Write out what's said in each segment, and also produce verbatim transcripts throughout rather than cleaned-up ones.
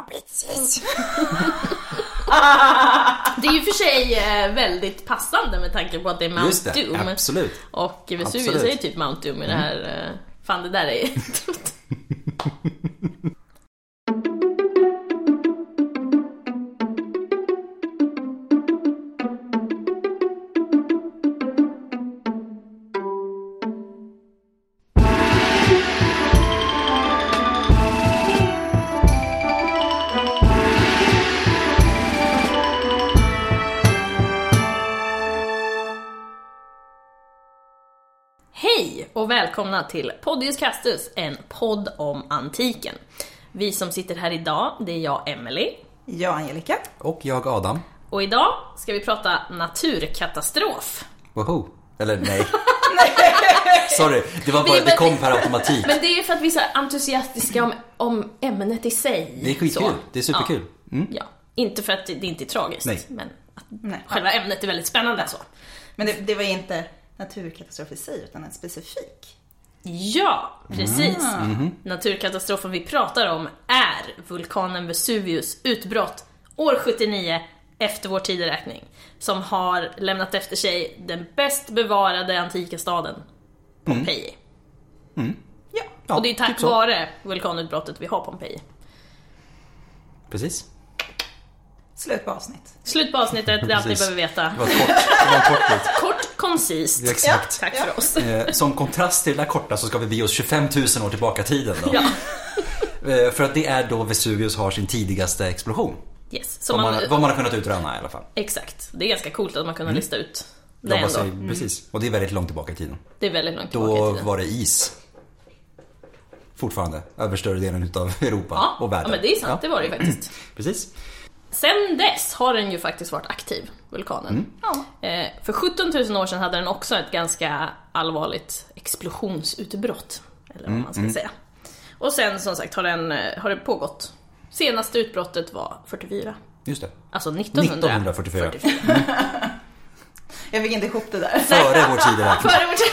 precis. Det är ju för sig väldigt passande med tanke på att det är Mount Just det, Doom. absolut. Och Vesuvius Absolut. är ju typ Mount Doom i det här. Fan, det där är... Hej och välkomna till Podius Castus, en podd om antiken. Vi som sitter här idag, det är jag, Emily. Jag, Angelica. Och jag, Adam. Och idag ska vi prata naturkatastrof. Woho. Eller nej. Sorry, det var bara, Men- det kom per automatik. Men det är för att vi är så här entusiastiska om, om ämnet i sig. Det är skitkul, Så. det är superkul. Mm. Ja, inte för att det inte är tragiskt, Nej. men att Nej. själva ämnet är väldigt spännande så. Men det, det var inte naturkatastrof i sig utan en specifik. Ja, precis. Mm. Naturkatastrofen vi pratar om är vulkanen Vesuvius utbrott år sjuttionio efter vår tideräkning, som har lämnat efter sig den bäst bevarade antika staden, Pompeji. Ja. Ja, Och det är tack typ så. vare vulkanutbrottet vi har Pompeji. Precis. Slut på avsnitt. Slut på avsnittet, det är allt ni Precis. behöver veta. Det var kort, det var en kort bit. Kort, koncist. Ja, exakt. Tack för oss. Eh, som kontrast till det där korta så ska vi bege oss tjugofem tusen år tillbaka i tiden då. Ja. Eh, för att det är då Vesuvius har sin tidigaste explosion. Yes. Så Vad man, man, vad man har kunnat utröna i alla fall. exakt. Det är ganska coolt att man kunde lista ut det Jobba sig, ändå. precis. Och det är väldigt långt tillbaka i tiden. Det är väldigt långt tillbaka Då i tiden. var det is. Fortfarande. Över större delen utav Europa Ja, och världen. ja, men det är sant. Det var det ju faktiskt. Precis. Sen dess har den ju faktiskt varit aktiv, vulkanen. Ja. Eh, för sjutton tusen år sedan hade den också ett ganska allvarligt explosionsutbrott, eller vad man ska säga. Och sen som sagt har, den, eh, har det pågått. Senaste utbrottet var fyrtiofyra. Just det. Alltså nittonhundrafyrtiofyra. Jag fick inte ihop det där. Före vår tideräkning. Före vårt...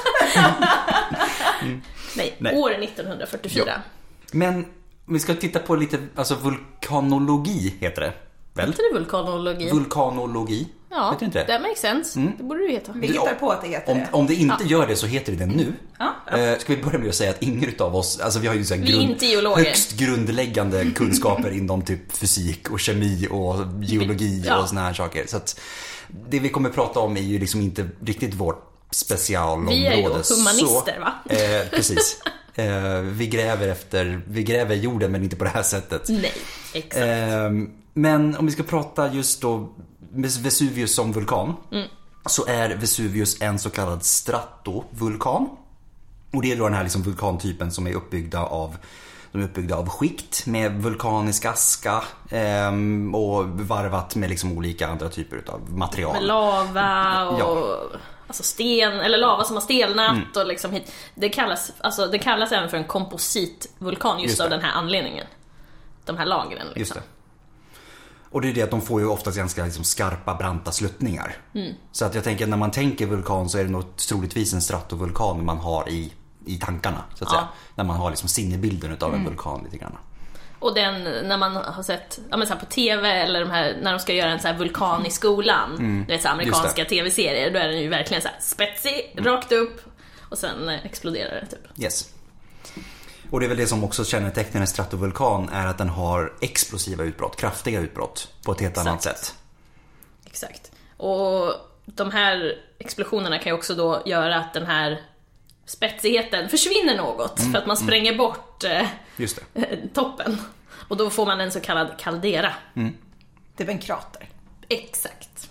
Nej, Nej. år nittonhundrafyrtiofyra. Men om vi ska titta på lite, alltså vulkanologi heter det. Väl? Heter det vulkanologi? Vulkanologi. Ja, Heter det inte det? that makes sense. Det borde du heta. Vi hittar på att det heter Om, det. om det inte gör det så heter det det nu. Ja. Eh, ska vi börja med att säga att ingen utav oss, alltså vi har ju så här Vi är grund, inte geologer. högst grundläggande kunskaper inom typ fysik och kemi och geologi Ja. och såna här saker. Så att det vi kommer prata om är ju liksom inte riktigt vårt specialområde. Vi är ju då så, humanister, va? Eh, precis. Eh, vi gräver efter, vi gräver jorden men inte på det här sättet. Nej, exakt. Eh, men om vi ska prata just då Vesuvius som vulkan, Mm. så är Vesuvius en så kallad stratovulkan. Och det är då den här liksom vulkantypen som är uppbyggda av, de är uppbyggda av skikt med vulkanisk aska ehm, och varvat med liksom olika andra typer av material. Med lava och Ja. alltså sten, eller lava som har stelnat och liksom hit. Det kallas, alltså det kallas även för en kompositvulkan just, Just av det. den här anledningen. De här lagren liksom. Just det. Och det är det att de får ju oftast ganska liksom skarpa, branta sluttningar. Mm. Så att jag tänker, när man tänker vulkan så är det nog troligtvis en stratovulkan man har i, i tankarna, så att Ja. säga. När man har liksom sinnebilden utav en vulkan lite grann. Och den, när man har sett ja, men så här på tv eller de här, när de ska göra en så här vulkan i skolan, det är så här amerikanska Just det. tv-serier, då är den ju verkligen så här spetsig, rakt upp och sen eh, exploderar det typ. Yes. Och det är väl det som också kännetecknar en stratovulkan, är att den har explosiva utbrott, kraftiga utbrott på ett helt Exakt. annat sätt. Exakt. Och de här explosionerna kan ju också då göra att den här spetsigheten försvinner något för att man spränger bort eh, Just det. toppen. Och då får man en så kallad kaldera. Det var en krater. Exakt.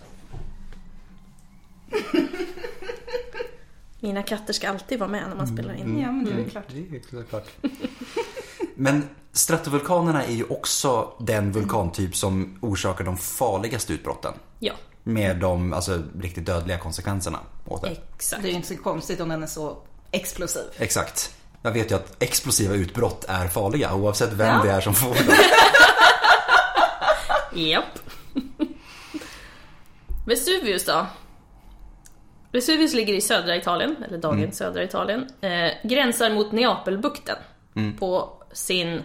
Mina katter ska alltid vara med när man spelar in. Ja, men det är väl klart. Det är klart. Men stratovulkanerna är ju också den vulkantyp som orsakar de farligaste utbrotten. Ja, Med de alltså, riktigt dödliga konsekvenserna åt det. exakt. Det är ju inte så konstigt om den är så explosiv. Exakt. Jag vet ju att explosiva utbrott är farliga oavsett vem Ja. det är som får dem. Japp. Vesuvius då? Vesuvius ligger i södra Italien, eller dagens södra Italien. Eh, gränsar mot Neapelbukten på sin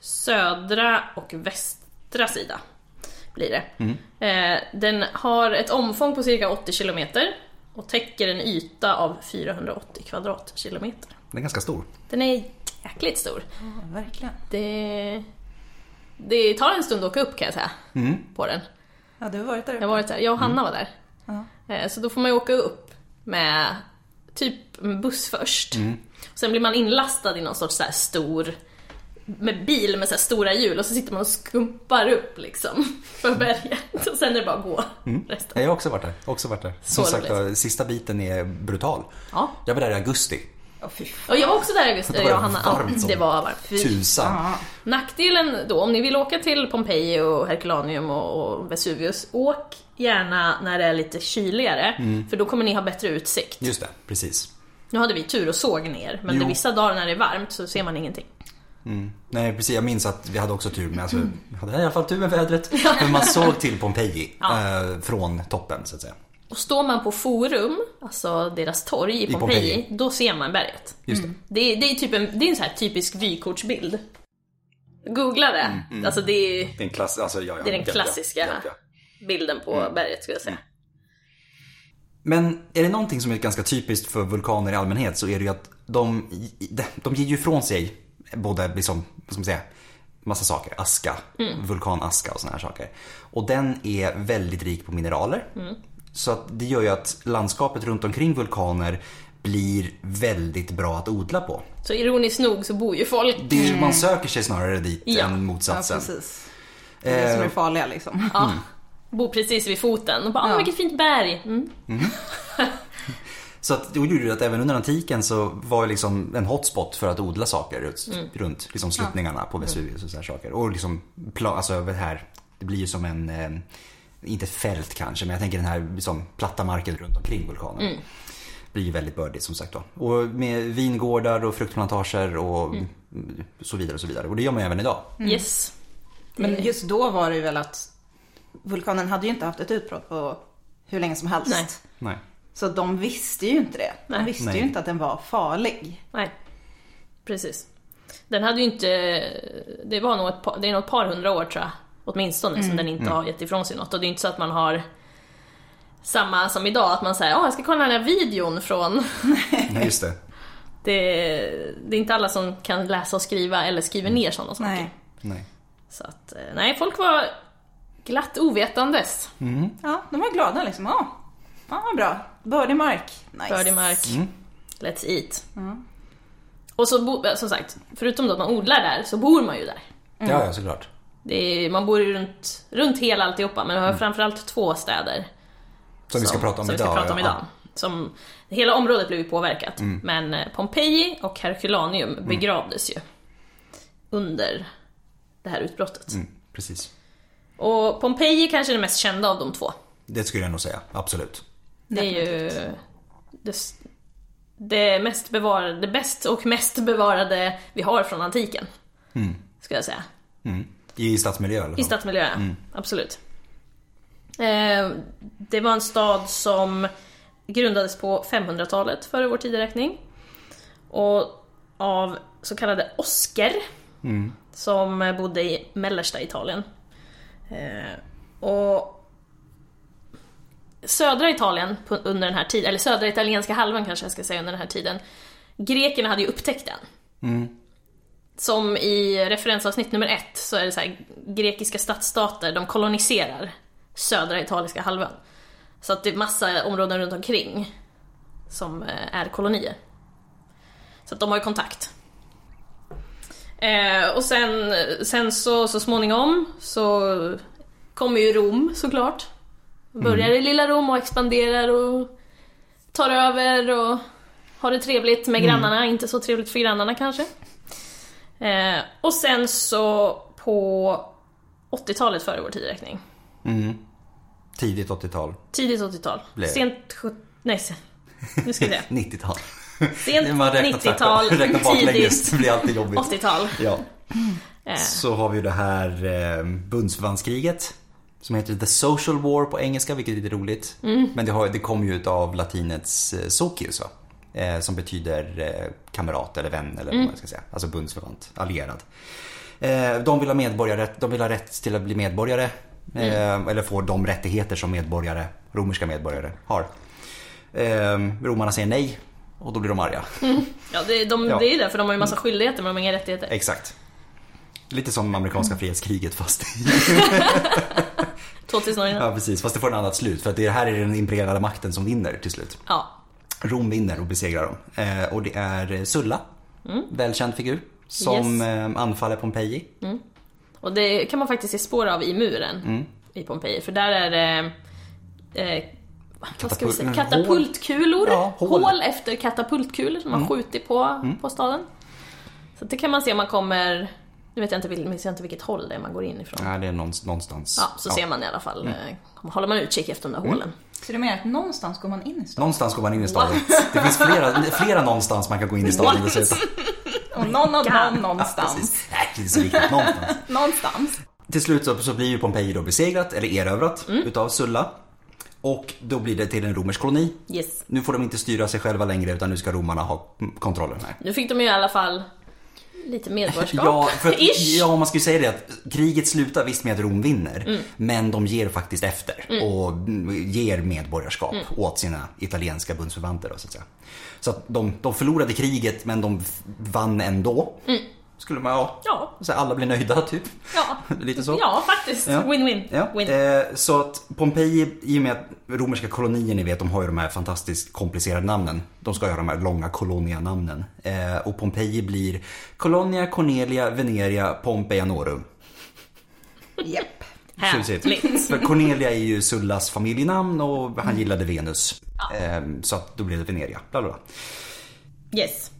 södra och västra sida blir det. Mm. Eh, den har ett omfång på cirka åttio kilometer och täcker en yta av fyrahundraåttio kvadratkilometer. Den är ganska stor. Den är jäkligt stor. Ja, verkligen. Det, det tar en stund att åka upp kan jag säga Mm. på den. Ja, du har varit där uppe. Jag har varit där. Jag och Hanna var där. Ja. Eh, Så då får man ju åka upp med typ en buss först. Mm. Sen blir man inlastad i någon sorts så här stor med bil med så här stora hjul och så sitter man och skumpar upp liksom för berget och sen är det bara att gå resten. Jag har också varit där. Också varit där. Så Som sagt, roligt. sista biten är brutal. Ja. Jag var där i augusti. Åh, fy fan. Och jag var också där i augusti. Det var Jag och Hanna. Ja, varmt som det var varmt. Fy. Tusan. Ja. Nackdelen då, om ni vill åka till Pompeji och Herculaneum och, och Vesuvius, åk gärna när det är lite kyligare, för då kommer ni ha bättre utsikt. Just det, precis. Nu hade vi tur och såg ner, men Jo. det vissa dagar när det är varmt så ser man ingenting. Mm. Nej, precis. Jag minns att vi hade också tur med, alltså, vi hade i alla fall tur med vädret. Men man såg till Pompeji Ja. eh, från toppen, så att säga. Och står man på Forum, alltså deras torg i I Pompeji, Pompeji. då ser man berget. Just det. Det är, det är, typ en, det är en så här typisk vykortsbild. Googla det. Alltså det är, Det är, en klass, alltså, ja, ja, det är den ja, klassiska ja, ja. bilden på berget skulle jag säga. Men är det någonting som är ganska typiskt för vulkaner i allmänhet, så är det ju att de, de ger ju ifrån sig både liksom, vad ska man säga, massa saker, aska, vulkanaska och såna här saker. Och den är väldigt rik på mineraler. Så att det gör ju att landskapet runt omkring vulkaner blir väldigt bra att odla på. Så ironiskt nog så bor ju folk. Det är, Man söker sig snarare dit Ja. än Ja, motsatsen. precis. Det är det som är farliga liksom. Ja, bor precis vid foten och bara, Ja. åh vilket fint berg. Mm. Så att, det gjorde ju att även under antiken så var det liksom en hotspot för att odla saker runt, runt liksom sluttningarna på Vesuvius och så här saker. Och liksom, pla- alltså över här, det blir ju som en, eh, inte ett fält kanske, men jag tänker den här liksom, platta marken runt omkring vulkanen. Mm. Blir ju väldigt bördigt som sagt då. Och med vingårdar och fruktplantager och så vidare och så vidare. Och det gör man ju även idag. Yes. Men just då var det ju väl att vulkanen hade ju inte haft ett utbrott på hur länge som helst. Nej. Nej. Så de visste ju inte det. De Nej. visste Nej. ju inte att den var farlig. Nej, precis. Den hade ju inte, det var nog ett par, det är nog ett par hundra år tror jag, åtminstone, som den inte har gett ifrån sig något. Och det är inte så att man har samma som idag, att man säger, ja jag ska kolla den här videon från... Nej, just det. det, det är inte alla som kan läsa och skriva eller skriver ner sådana saker. Nej. Nej. Så att, nej, folk var glatt ovetandes. Ja, de var glada liksom. Ja, ja vad bra. Bördig mark. Nice. Bördig mark. Let's eat. Och så, bo, som sagt, förutom då att man odlar där, så bor man ju där. Ja, ja, såklart. Det är, man bor ju runt, runt hela alltihopa, men vi har framförallt två städer Som vi ska prata om som idag. vi ska prata om ja. idag. Som, hela området blev ju påverkat, men eh, Pompeji och Herculaneum begravdes ju under det här utbrottet. Mm, precis. Och Pompeji kanske är det mest kända av de två. Det skulle jag nog säga, absolut. Det är ju det, det mest bevarade, det bäst och mest bevarade vi har från antiken. Mm. Ska jag säga. Mm. I stadsmiljö i alla fall. I stadsmiljö, mm. absolut. Eh, det var en stad som grundades på femhundratalet före vår tideräkning. Och av så kallade osker Mm. som bodde i mellersta Italien. Eh, och södra Italien på, under den här tiden, eller södra italienska halvan kanske jag ska säga under den här tiden. Grekerna hade ju upptäckt den. Mm. Som i referensavsnitt nummer ett så är det så här, grekiska stadsstater, de koloniserar södra italienska halvön. Så att det är massa områden runt omkring som är kolonier. Så att de har ju kontakt. Eh, och sen, sen så, så småningom så kommer ju Rom såklart. Börjar i lilla Rom och expanderar och tar över och har det trevligt med grannarna. Mm. Inte så trevligt för grannarna kanske. Eh, och sen så på åttiotalet före vår tideräkning. Mm. Tidigt åttiotal. Tidigt åttiotal. Blev. Sent sjuttio... Nej, se. Nu ska vi se. nittiotal. Sent Man räknar nittiotal, tvärtom. Räknar baklänges, tidigt det blir alltid jobbigt. åttiotal. Ja. Eh. Så har vi det här eh, bundsförvantskriget som heter The Social War på engelska, vilket är lite roligt. Mm. Men det, har, det kommer ju ut av latinets eh, socius, va? Eh, som betyder eh, kamrat eller vän eller Mm. vad man ska säga. Alltså bundsförvant, allierad. Eh, de vill ha medborgarrätt, de vill ha rätt till att bli medborgare. Mm. Eh, eller få de rättigheter som medborgare, romerska medborgare har. Eh, romarna säger nej och då blir de arga. Mm. Ja, det, de, ja, det är det, för de har ju massa skyldigheter men de har inga rättigheter. Exakt. Lite som amerikanska frihetskriget fast tvåtusen år innan. Ja, precis. Fast det får en annat slut. För att det här är den imperiala makten som vinner till slut. Ja. Rom vinner och besegrar dem. Eh, och det är Sulla, mm. välkänd figur, som yes. eh, anfaller Pompeji. Mm. Och det kan man faktiskt se spår av i muren mm. i Pompeji. För där är det eh, vad ska vi säga? Katapultkulor. Ja, hål. hål efter katapultkulor som mm. man skjutit på, mm. på staden. Så det kan man se om man kommer... Nu vet jag inte, minns jag inte vilket håll det är man går in ifrån. Nej, det är någonstans. Ja, så ja. ser man i alla fall. Mm. Håller man utkik efter de där mm. hålen. Så du menar att någonstans går man in i staden? Någonstans går man in i staden. What? Det finns flera, flera någonstans man kan gå in i staden. Och någon av dem någonstans. Ja, nej, det är så viktigt. Någonstans. någonstans. Till slut så, så blir ju Pompeji då besegrat, eller erövrat, mm. utav Sulla. Och då blir det till en romersk koloni. Yes. Nu får de inte styra sig själva längre, utan nu ska romarna ha kontrollen här. Nu fick de ju i alla fall... lite medborgarskap. Ja, för att, ja, man skulle säga det att kriget slutar visst med att Rom vinner, mm. men de ger faktiskt efter mm. och ger medborgarskap mm. åt sina italienska bundsförvanter då, så att säga. Så att de, de förlorade kriget, men de vann ändå. Mm. Skulle man ja, ja. Så alla blir nöjda typ. Ja. Lite så. Ja, faktiskt. Ja. Win-win. Ja. Win. Eh, så att Pompeji, i och med att romerska kolonier, ni vet, de har ju de här fantastiskt komplicerade namnen. De ska ju ha de här långa kolonia-namnen. Eh, och Pompeji blir Colonia Cornelia Veneria Pompeianorum. Japp. Härligt. För Cornelia är ju Sullas familjenamn och han gillade Venus. Ja. Eh, så att då blir det Veneria. Bla bla. Yes.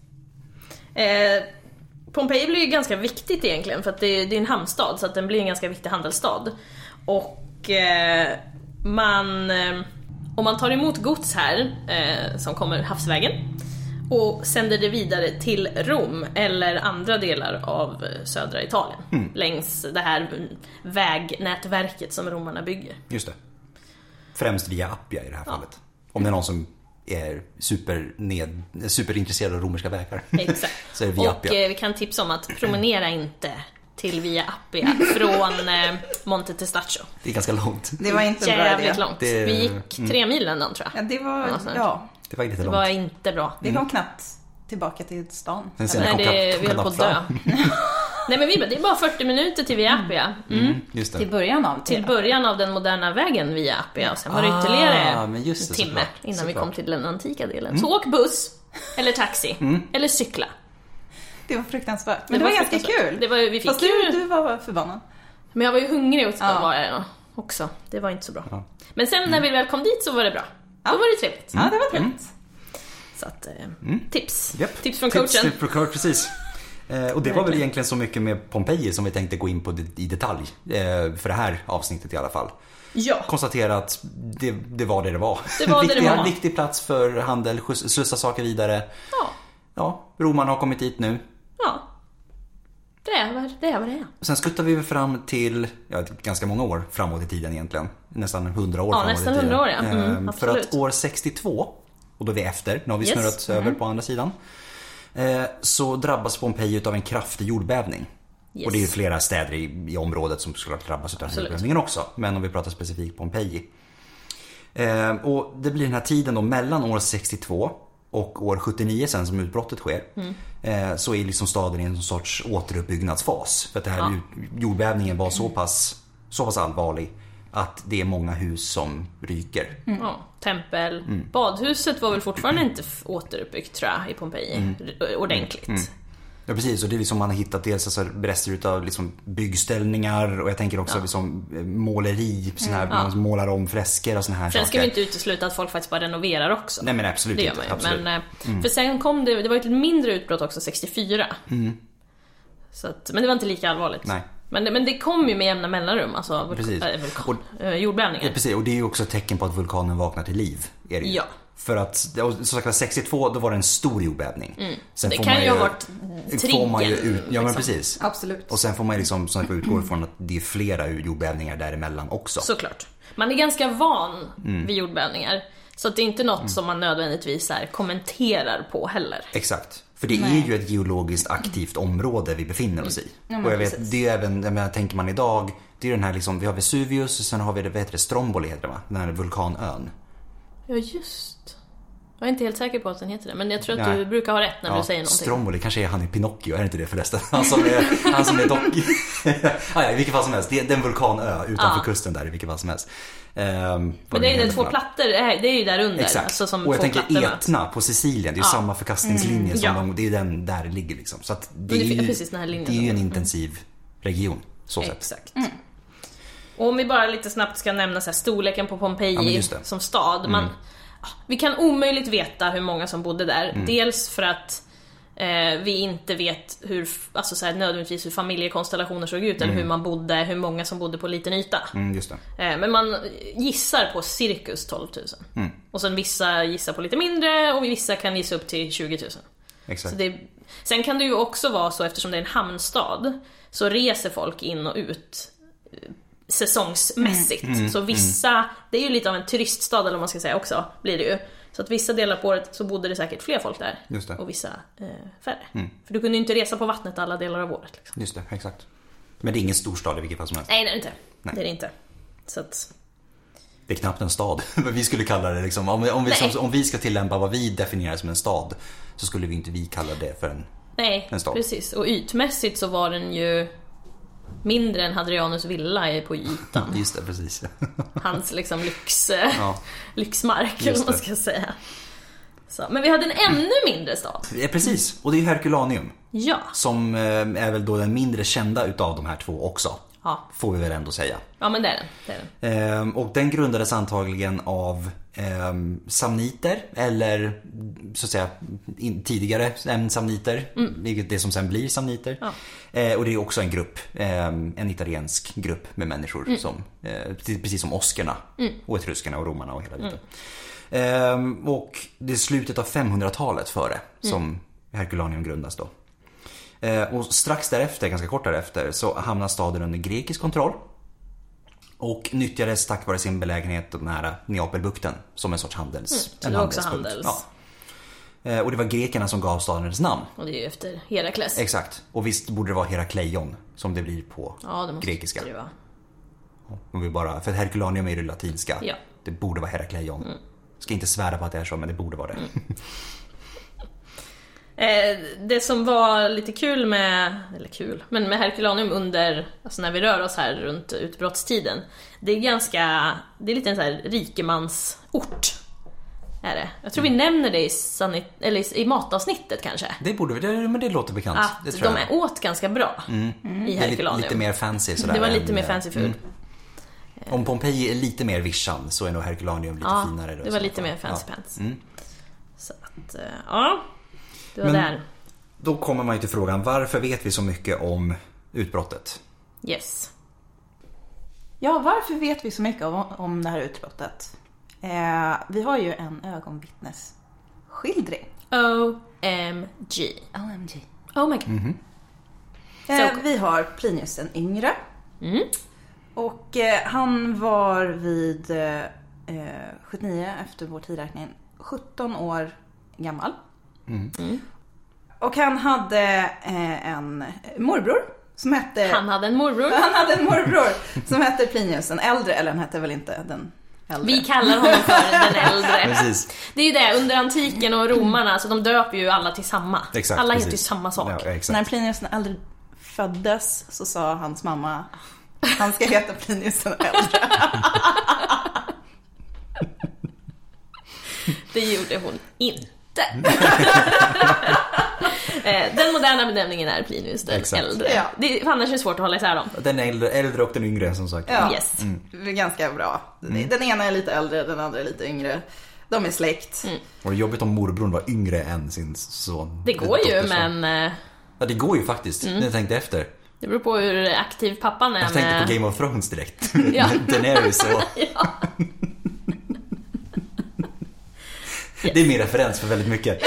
Eh... Pompeji blir ju ganska viktigt egentligen, för att det är, det är en hamnstad, så att den blir en ganska viktig handelsstad. Och eh, man eh, om man tar emot gods här eh, som kommer havsvägen och sänder det vidare till Rom eller andra delar av södra Italien mm. längs det här vägnätverket som romarna bygger. Just det. Främst via Appia i det här ja. fallet. Om det är någon som är super ned, superintresserad av romerska vägar. Exakt. Så är det via och eh, vi kan tipsa om att promenera inte till via Appia från eh, Monte Testaccio. Det är ganska långt. Det var inte bra idé. Långt. Det... Vi gick tre mm. mil den tror jag. Ja, det var ja. Det var, lite det var inte bra. Vi kom mm. knappt tillbaka till stan. Nej, det, vi höll på att dö. Nej, men vi, det är bara fyrtio minuter till via Appia. Mm. Mm, just det. Till början av till början av den moderna vägen via Appia, och sen var det ytterligare ah, men just det, en timme såklart, innan såklart. vi kom till den antika delen. Mm. Så åk buss eller taxi mm. eller cykla. Det var fruktansvärt. Men det, det var, var ganska kul. Det var vi fick Fast du, du var förbannad. Men jag var ju hungrig också, ja. var jag också. Det var inte så bra. Ja. Men sen mm. när vi väl kom dit så var det bra. Ja. Då var det trevligt. Mm. Ja, det var trevligt. Mm. Så att eh, mm. tips. Yep. Tips från tips, coachen. Tips från coach, precis. Eh, och det var väl egentligen så mycket med Pompeji som vi tänkte gå in på i detalj eh, för det här avsnittet i alla fall. Ja. Konstatera att det, det var det det var. Det var viktig, det det var. Viktig plats för handel, slussa saker vidare. Ja. Ja, romarna har kommit dit nu. Ja. Det är vad det är. Vad det är. Sen skuttar vi fram till ja, ganska många år framåt i tiden egentligen. Nästan hundra år ja, framåt nästan i tiden. hundra år, ja. Mm, eh, för att år sextiotvå, och då är vi efter, nu har vi yes. snurrat mm. över på andra sidan. Eh, så drabbas Pompeji av en kraftig jordbävning. Yes. Och det är ju flera städer i, i området som skulle drabbas av den här jordbävningen också. Men om vi pratar specifikt Pompeji. Eh, och det blir den här tiden då mellan år sextiotvå och år sjuttionio sen som utbrottet sker. Mm. Eh, så är liksom staden i en sorts återuppbyggnadsfas. För att det här ja. jordbävningen var så pass, så pass allvarlig att det är många hus som ryker. Mm. Ja, tempel. Mm. Badhuset var väl fortfarande inte återuppbyggt tror jag i Pompeji mm. ordentligt. Mm. Ja, precis. Och det är liksom man har hittat dels alltså rester utav liksom byggställningar och jag tänker också ja. liksom måleri, sån här, mm. man målar om fresker och såna här sen saker. Ska vi inte utesluta att folk faktiskt bara renoverar också. Nej, men absolut det inte. Gör man absolut. Men, mm. För sen kom det, det var ett mindre utbrott också sextiofyra. Mm. Så att, men det var inte lika allvarligt. Nej. Men det, men det kom ju med jämna mellanrum, alltså vulk- äh, vulkan, och, äh, jordbävningar. Ja, precis, och det är ju också ett tecken på att vulkanen vaknar till liv. Är det ju. Ja. För att, som sagt, sextiotvå då var det en stor jordbävning. Mm. Sen det får kan man ju ha varit triggen. Man ju ut, ja, liksom. Men precis. Absolut. Och sen får man ju liksom så att utgå ifrån att det är flera jordbävningar däremellan också. Såklart. Man är ganska van mm. vid jordbävningar. Så att det är inte något mm. som man nödvändigtvis här kommenterar på heller. Exakt. För det Nej. är ju ett geologiskt aktivt område vi befinner oss i. Ja, men och jag vet, precis. det är även, jag menar, tänker man idag, det är den här liksom, vi har Vesuvius och sen har vi det, vad heter det, Stromboli heter det va? Den här vulkanön. Ja, just. Jag är inte helt säker på att den heter det, men jag tror att Nej. du brukar ha rätt när Ja, du säger någonting. Stromboli kanske är han i Pinocchio, är det inte det förresten? Han som är, han som är dock... ah, ja, i vilket fall som helst, det är den vulkanö utanför Ja. kusten där i vilket fall som helst. Um, Men det är ju de två plattor, det är ju där under. Exakt, Alltså som och jag två tänker plattor möts. Etna på Sicilien, det är ju Ja. samma förkastningslinje som Ja. de, det är den där det ligger liksom. Så att det, det är är ju, precis den här linjen det är ju som- en mm. intensiv region, så sett. Exakt. Och om vi bara lite snabbt ska nämna så här, storleken på Ja, men Pompeji just det. som stad. Man, vi kan omöjligt veta hur många som bodde där. Mm. Dels för att eh, vi inte vet hur, alltså så här, nödvändigtvis hur familjekonstellationer såg ut eller hur man bodde, hur många som bodde på liten yta. Mm, just det. Eh, men man gissar på cirkus tolv tusen. Mm. Och sen vissa gissar på lite mindre och vissa kan gissa upp till tjugo tusen. Exakt. Så det, sen kan det ju också vara så, eftersom det är en hamnstad, så reser folk in och ut eh, säsongsmässigt. Mm, så vissa, det är ju lite av en turiststad eller vad man ska säga också, blir det ju. Så att vissa delar på året så bodde det säkert fler folk där. Just det. Och vissa eh, färre. Mm. För du kunde ju inte resa på vattnet alla delar av året. Liksom. Just det, exakt. Men det är ingen storstad i vilket fall som helst. Nej, det är det inte. Nej. Det är det inte. Så att, Det är knappt en stad, vad vi skulle kalla det liksom. Om vi, om, vi, Nej. som, om vi ska tillämpa vad vi definierar som en stad, så skulle vi inte vi kalla det för en... nej, En stad. precis. Och ytmässigt så var den ju mindre än Hadrianus villa på ytan. Just det, precis. Hans liksom lyx, eh, Ja. lyxmark eller Just vad man det. ska säga. Så, men vi hade en ännu mindre stad. Ja, precis, och det är ju Herculaneum. Ja. Som eh, är väl då den mindre kända utav de här två också. Ja, Får vi väl ändå säga. ja men det är den. Det är den. Ehm, och den grundades antagligen av ehm, samniter, eller så att säga in, tidigare än samniter, vilket det som sen blir samniter. Ja. Ehm, och det är också en grupp, ehm, en italiensk grupp med människor som, eh, precis som oskerna och etruskerna och romarna och hela biten. Ehm, och det är slutet av femhundratalet före som Herculaneum grundas då. Eh, och strax därefter, ganska kort därefter, så hamnar staden under grekisk kontroll. Och nyttjades tack vare sin belägenhet nära Neapelbukten som en sorts handels, Mm, så en det var också handelspunkt. handels. Ja. Eh, och det var grekerna som gav staden dess namn. Och det är ju efter Herakles. Exakt. Och visst borde det vara Herakleion som det blir på Ja, det måste grekiska. det vara. Om vi bara, för Herculaneum är det latinska. Ja. Det borde vara Herakleion. Ska inte svära på att det är så, men det borde vara det. Eh, det som var lite kul med, eller kul, men med Herculaneum under, alltså när vi rör oss här runt utbrottstiden, det är ganska, det är lite en så här rikemansort. Är det. Jag tror vi nämner det i, sanit, eller i matavsnittet kanske. Det borde vi, det, men det låter bekant. Att det tror de jag. är åt ganska bra i Det är lite, Herculaneum. lite mer fancy sådär. det var lite än, mer eh, fancy food. Om Pompeji är lite mer vischan så är nog Herculaneum lite Ja, finare. Då, det i var så lite fall. mer fancy Ja. pants. Mm. Så att, eh, ja, det var Men- där. Då kommer man ju till frågan, varför vet vi så mycket om utbrottet? Yes. Ja, varför vet vi så mycket om, om det här utbrottet? Eh, vi har ju en ögonvittnesskildring. O M G. O M G. Oh my god. Eh, Så- vi har Plinius den yngre. Mm. Och eh, han var vid eh, eh, sjuttionio efter vår tidräkning sjutton år gammal. Mm. Och han hade eh, en morbror som hette... Han hade en morbror. han hade en morbror som hette Plinius den äldre. Eller han hette väl inte den äldre. Vi kallar honom för den äldre. Precis. Det är ju det, under antiken och romarna, så de döper ju alla till samma. Exakt, alla precis. heter ju samma sak. Ja, När exakt. Plinius den äldre föddes så sa hans mamma han ska heta Plinius den äldre. Det gjorde hon inte. Eh, den moderna benämningen är Plinius den Exakt. äldre. Ja. Det, annars är det svårt att hålla isär dem. Den äldre, äldre och den yngre som sagt. Ja, Yes. det är ganska bra. Den ena är lite äldre, den andra är lite yngre. De är släkt. Mm. Och det är jobbigt om morbrorn var yngre än sin son. Det går ju, dotterson. men eh, Ja, det går ju faktiskt. När jag tänkte efter. det beror på hur aktiv pappan är. Jag tänkte med... på Game of Thrones direkt. Ja. Daenerys och... Ja. Det är min referens för väldigt mycket.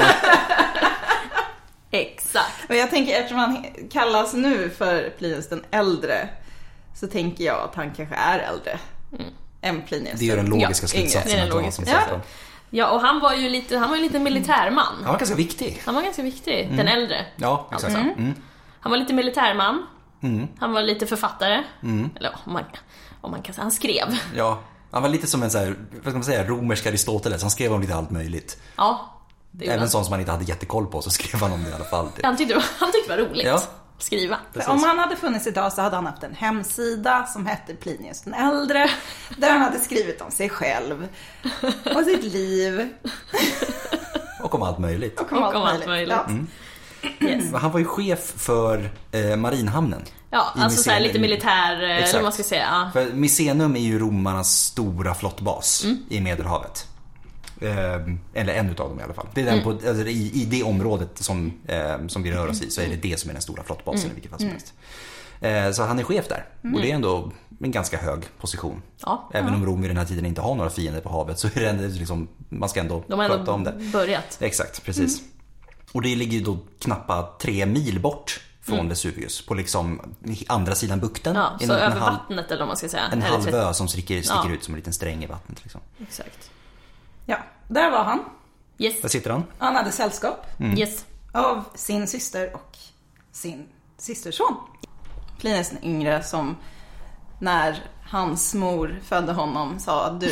Exakt. Och jag tänker, eftersom han kallas nu för Plinius den äldre, så tänker jag att han kanske är äldre än Plinius. Det är den logiska Ja, slutsatsen. det är den att dra, logiska som sagt Ja. var. Ja, och han var ju lite, han var ju lite militärman. Han var ganska viktig. Han var ganska viktig, mm. den äldre. Ja, exakt. Alltså. Mm. Han var lite militärman. Mm. Han var lite författare. Mm. Eller om man, om man kan säga, han skrev. Ja, han var lite som en så här, vad ska man säga, romersk Aristoteles. Han skrev om lite allt möjligt. Ja. Även sånt som man inte hade jättekoll på, så skrev han om det i alla fall. Han tyckte, han tyckte det var roligt. Ja. Skriva. Om han hade funnits idag så hade han haft en hemsida som hette Plinius den äldre, där han hade skrivit om sig själv och sitt liv och om allt möjligt. Och om, och allt, om allt möjligt, allt möjligt. Ja. Mm. Yes. Han var ju chef för eh, marinhamnen. Ja, alltså så här lite militär, Exakt. eller vad man ska säga. Ja. För Misenum är ju romarnas stora flottbas mm. i Medelhavet. Eh, eller en utav dem i alla fall. Det är den mm. på, alltså, i, i det området som, eh, som vi rör oss i, så är det det som är den stora flottbasen mm. i vilket fall som helst. Eh, så han är chef där. Mm. Och det är ändå en ganska hög position. Ja. Även ja. om Rom i den här tiden inte har några fiender på havet, så är det ändå liksom, man ska ändå De har sköta ändå om det. börjat. Exakt, precis. Mm. Och det ligger ju då knappt tre mil bort från mm. Vesuvius, på liksom andra sidan bukten. Ja, så en, över en halv, vattnet eller vad man ska säga. En eller halvö som sticker, sticker ja. ut som en liten sträng i vattnet liksom. Exakt. Ja, där var han. Yes. Där sitter han. Han hade sällskap mm. yes. av sin syster och sin systerson. Plinius den yngre, som när hans mor födde honom sa du.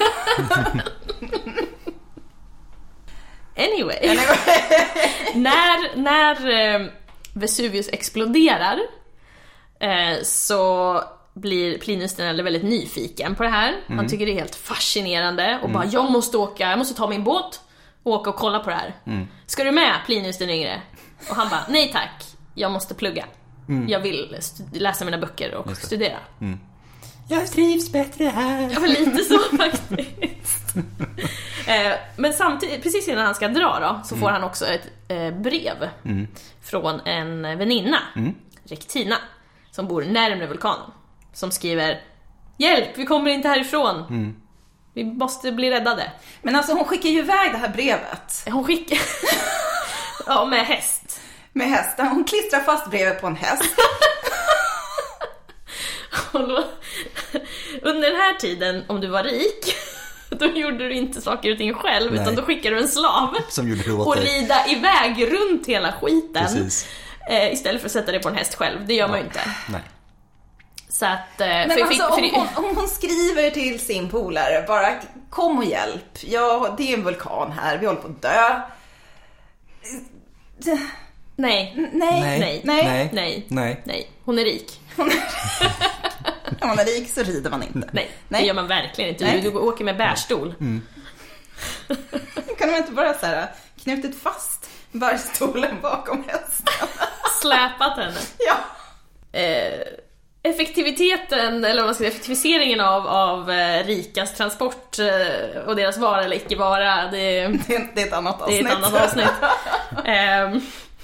Anyway. Anyway. när när eh, Vesuvius exploderar eh, så blir Plinius den äldre väldigt nyfiken på det här. Mm. Han tycker det är helt fascinerande och mm. bara, jag måste åka, jag måste ta min båt och åka och kolla på det här. Mm. Ska du med, Plinius den yngre? Och han bara, nej tack, jag måste plugga. Mm. Jag vill st- läsa mina böcker och studera. Mm. Jag trivs bättre här. Ja, lite så faktiskt. eh, men samtidigt, precis innan han ska dra då, så får mm. han också ett eh, brev mm. från en väninna, mm. Rektina, som bor närmare vulkanen, som skriver: hjälp, vi kommer inte härifrån. Mm. Vi måste bli räddade. Men alltså hon skickar ju iväg det här brevet. Hon skickar... ja, med häst. Med häst. Hon klistrar fast brevet på en häst. Under den här tiden, om du var rik, då gjorde du inte saker och ting själv. Nej. Utan då skickade du en slav som gjorde och rida iväg runt hela skiten. eh, Istället för att sätta dig på en häst själv. Det gör ja. man ju inte. Nej. Så att, eh, Men för, alltså, för, för, om, hon, om hon skriver till sin polare, bara kom och hjälp. Ja, det är en vulkan här, vi håller på att dö. Nej. Nej. Nej. Nej. Nej. Nej. Nej. Nej. Hon är rik. Om man är rik så rider man inte. Nej, Nej. Det gör man verkligen inte. Du, du åker med bärstol. Mm. Kan man inte bara så här knutit fast bärstolen bakom hästen? Släpat henne. Ja. Eh, effektiviteten, eller vad man ska säga, effektiviseringen av, av eh, rikas transport eh, och deras vara eller icke vara, det, det, det är ett annat avsnitt. Det är ett annat avsnitt. eh,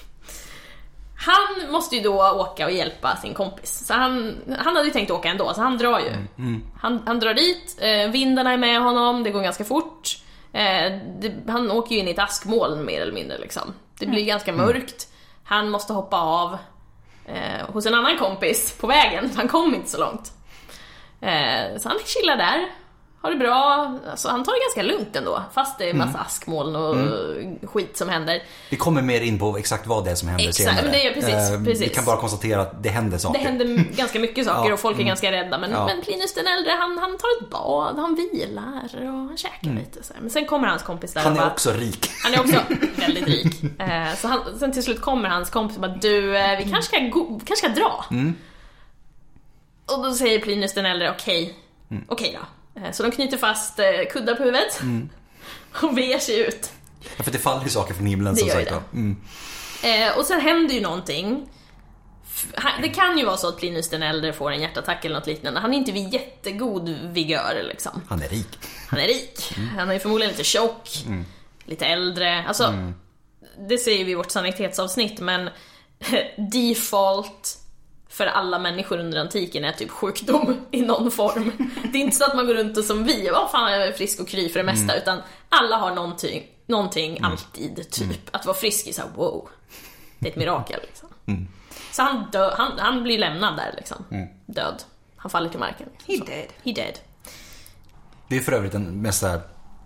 Han måste ju då åka och hjälpa sin kompis. Så han, han hade ju tänkt åka ändå, så han drar ju. Mm, mm. Han, han drar dit, eh, vindarna är med honom, det går ganska fort. Eh, det, han åker ju in i ett askmoln mer eller mindre liksom. Det blir mm. ganska mörkt. Han måste hoppa av eh, hos en annan kompis på vägen. Han kom inte så långt. Eh, så han chillar där. Har det bra, alltså han tar det ganska lugnt ändå, fast det är massa mm. askmoln och mm. skit som händer. Vi kommer mer in på exakt vad det är som händer exakt, senare. Men det är precis, eh, precis. Vi kan bara konstatera att det händer saker. Det händer ganska mycket saker ja. och folk är mm. ganska rädda. Men, ja. men Plinius den äldre, han, han tar ett bad, han vilar och han käkar mm. lite så här. Men sen kommer hans kompis där. Han är bara, också rik. Han är också väldigt rik. Eh, så han, sen till slut kommer hans kompis och bara, du, eh, vi kanske ska, go- kanske ska dra. Mm. Och då säger Plinius den äldre, okej, okay. mm. okej okay då. Så de knyter fast kuddar på huvudet mm. och beger sig ut. Ja, för det faller ju saker från himlen. Det, som sagt, det. Mm. Eh, och sen händer ju någonting. Det kan ju vara så att Plinius den äldre får en hjärtattack eller något liknande. Han är inte vid jättegod vigör liksom. Han är rik. Han är rik. Mm. Han är förmodligen lite tjock, mm. lite äldre. Alltså, mm. det säger vi i vårt sannolikhetsavsnitt, men default för alla människor under antiken är typ sjukdom i någon form. Det är inte så att man går runt och som vi, vad fan, jag är frisk och kry för det mesta, mm. utan alla har någonting, någonting mm. alltid typ. Mm. Att vara frisk är så här, wow, det är ett mirakel liksom. Mm. Så han, dö, han, han blir lämnad där liksom, mm. död. Han faller till marken. He dead. He dead. Det är för övrigt den mest här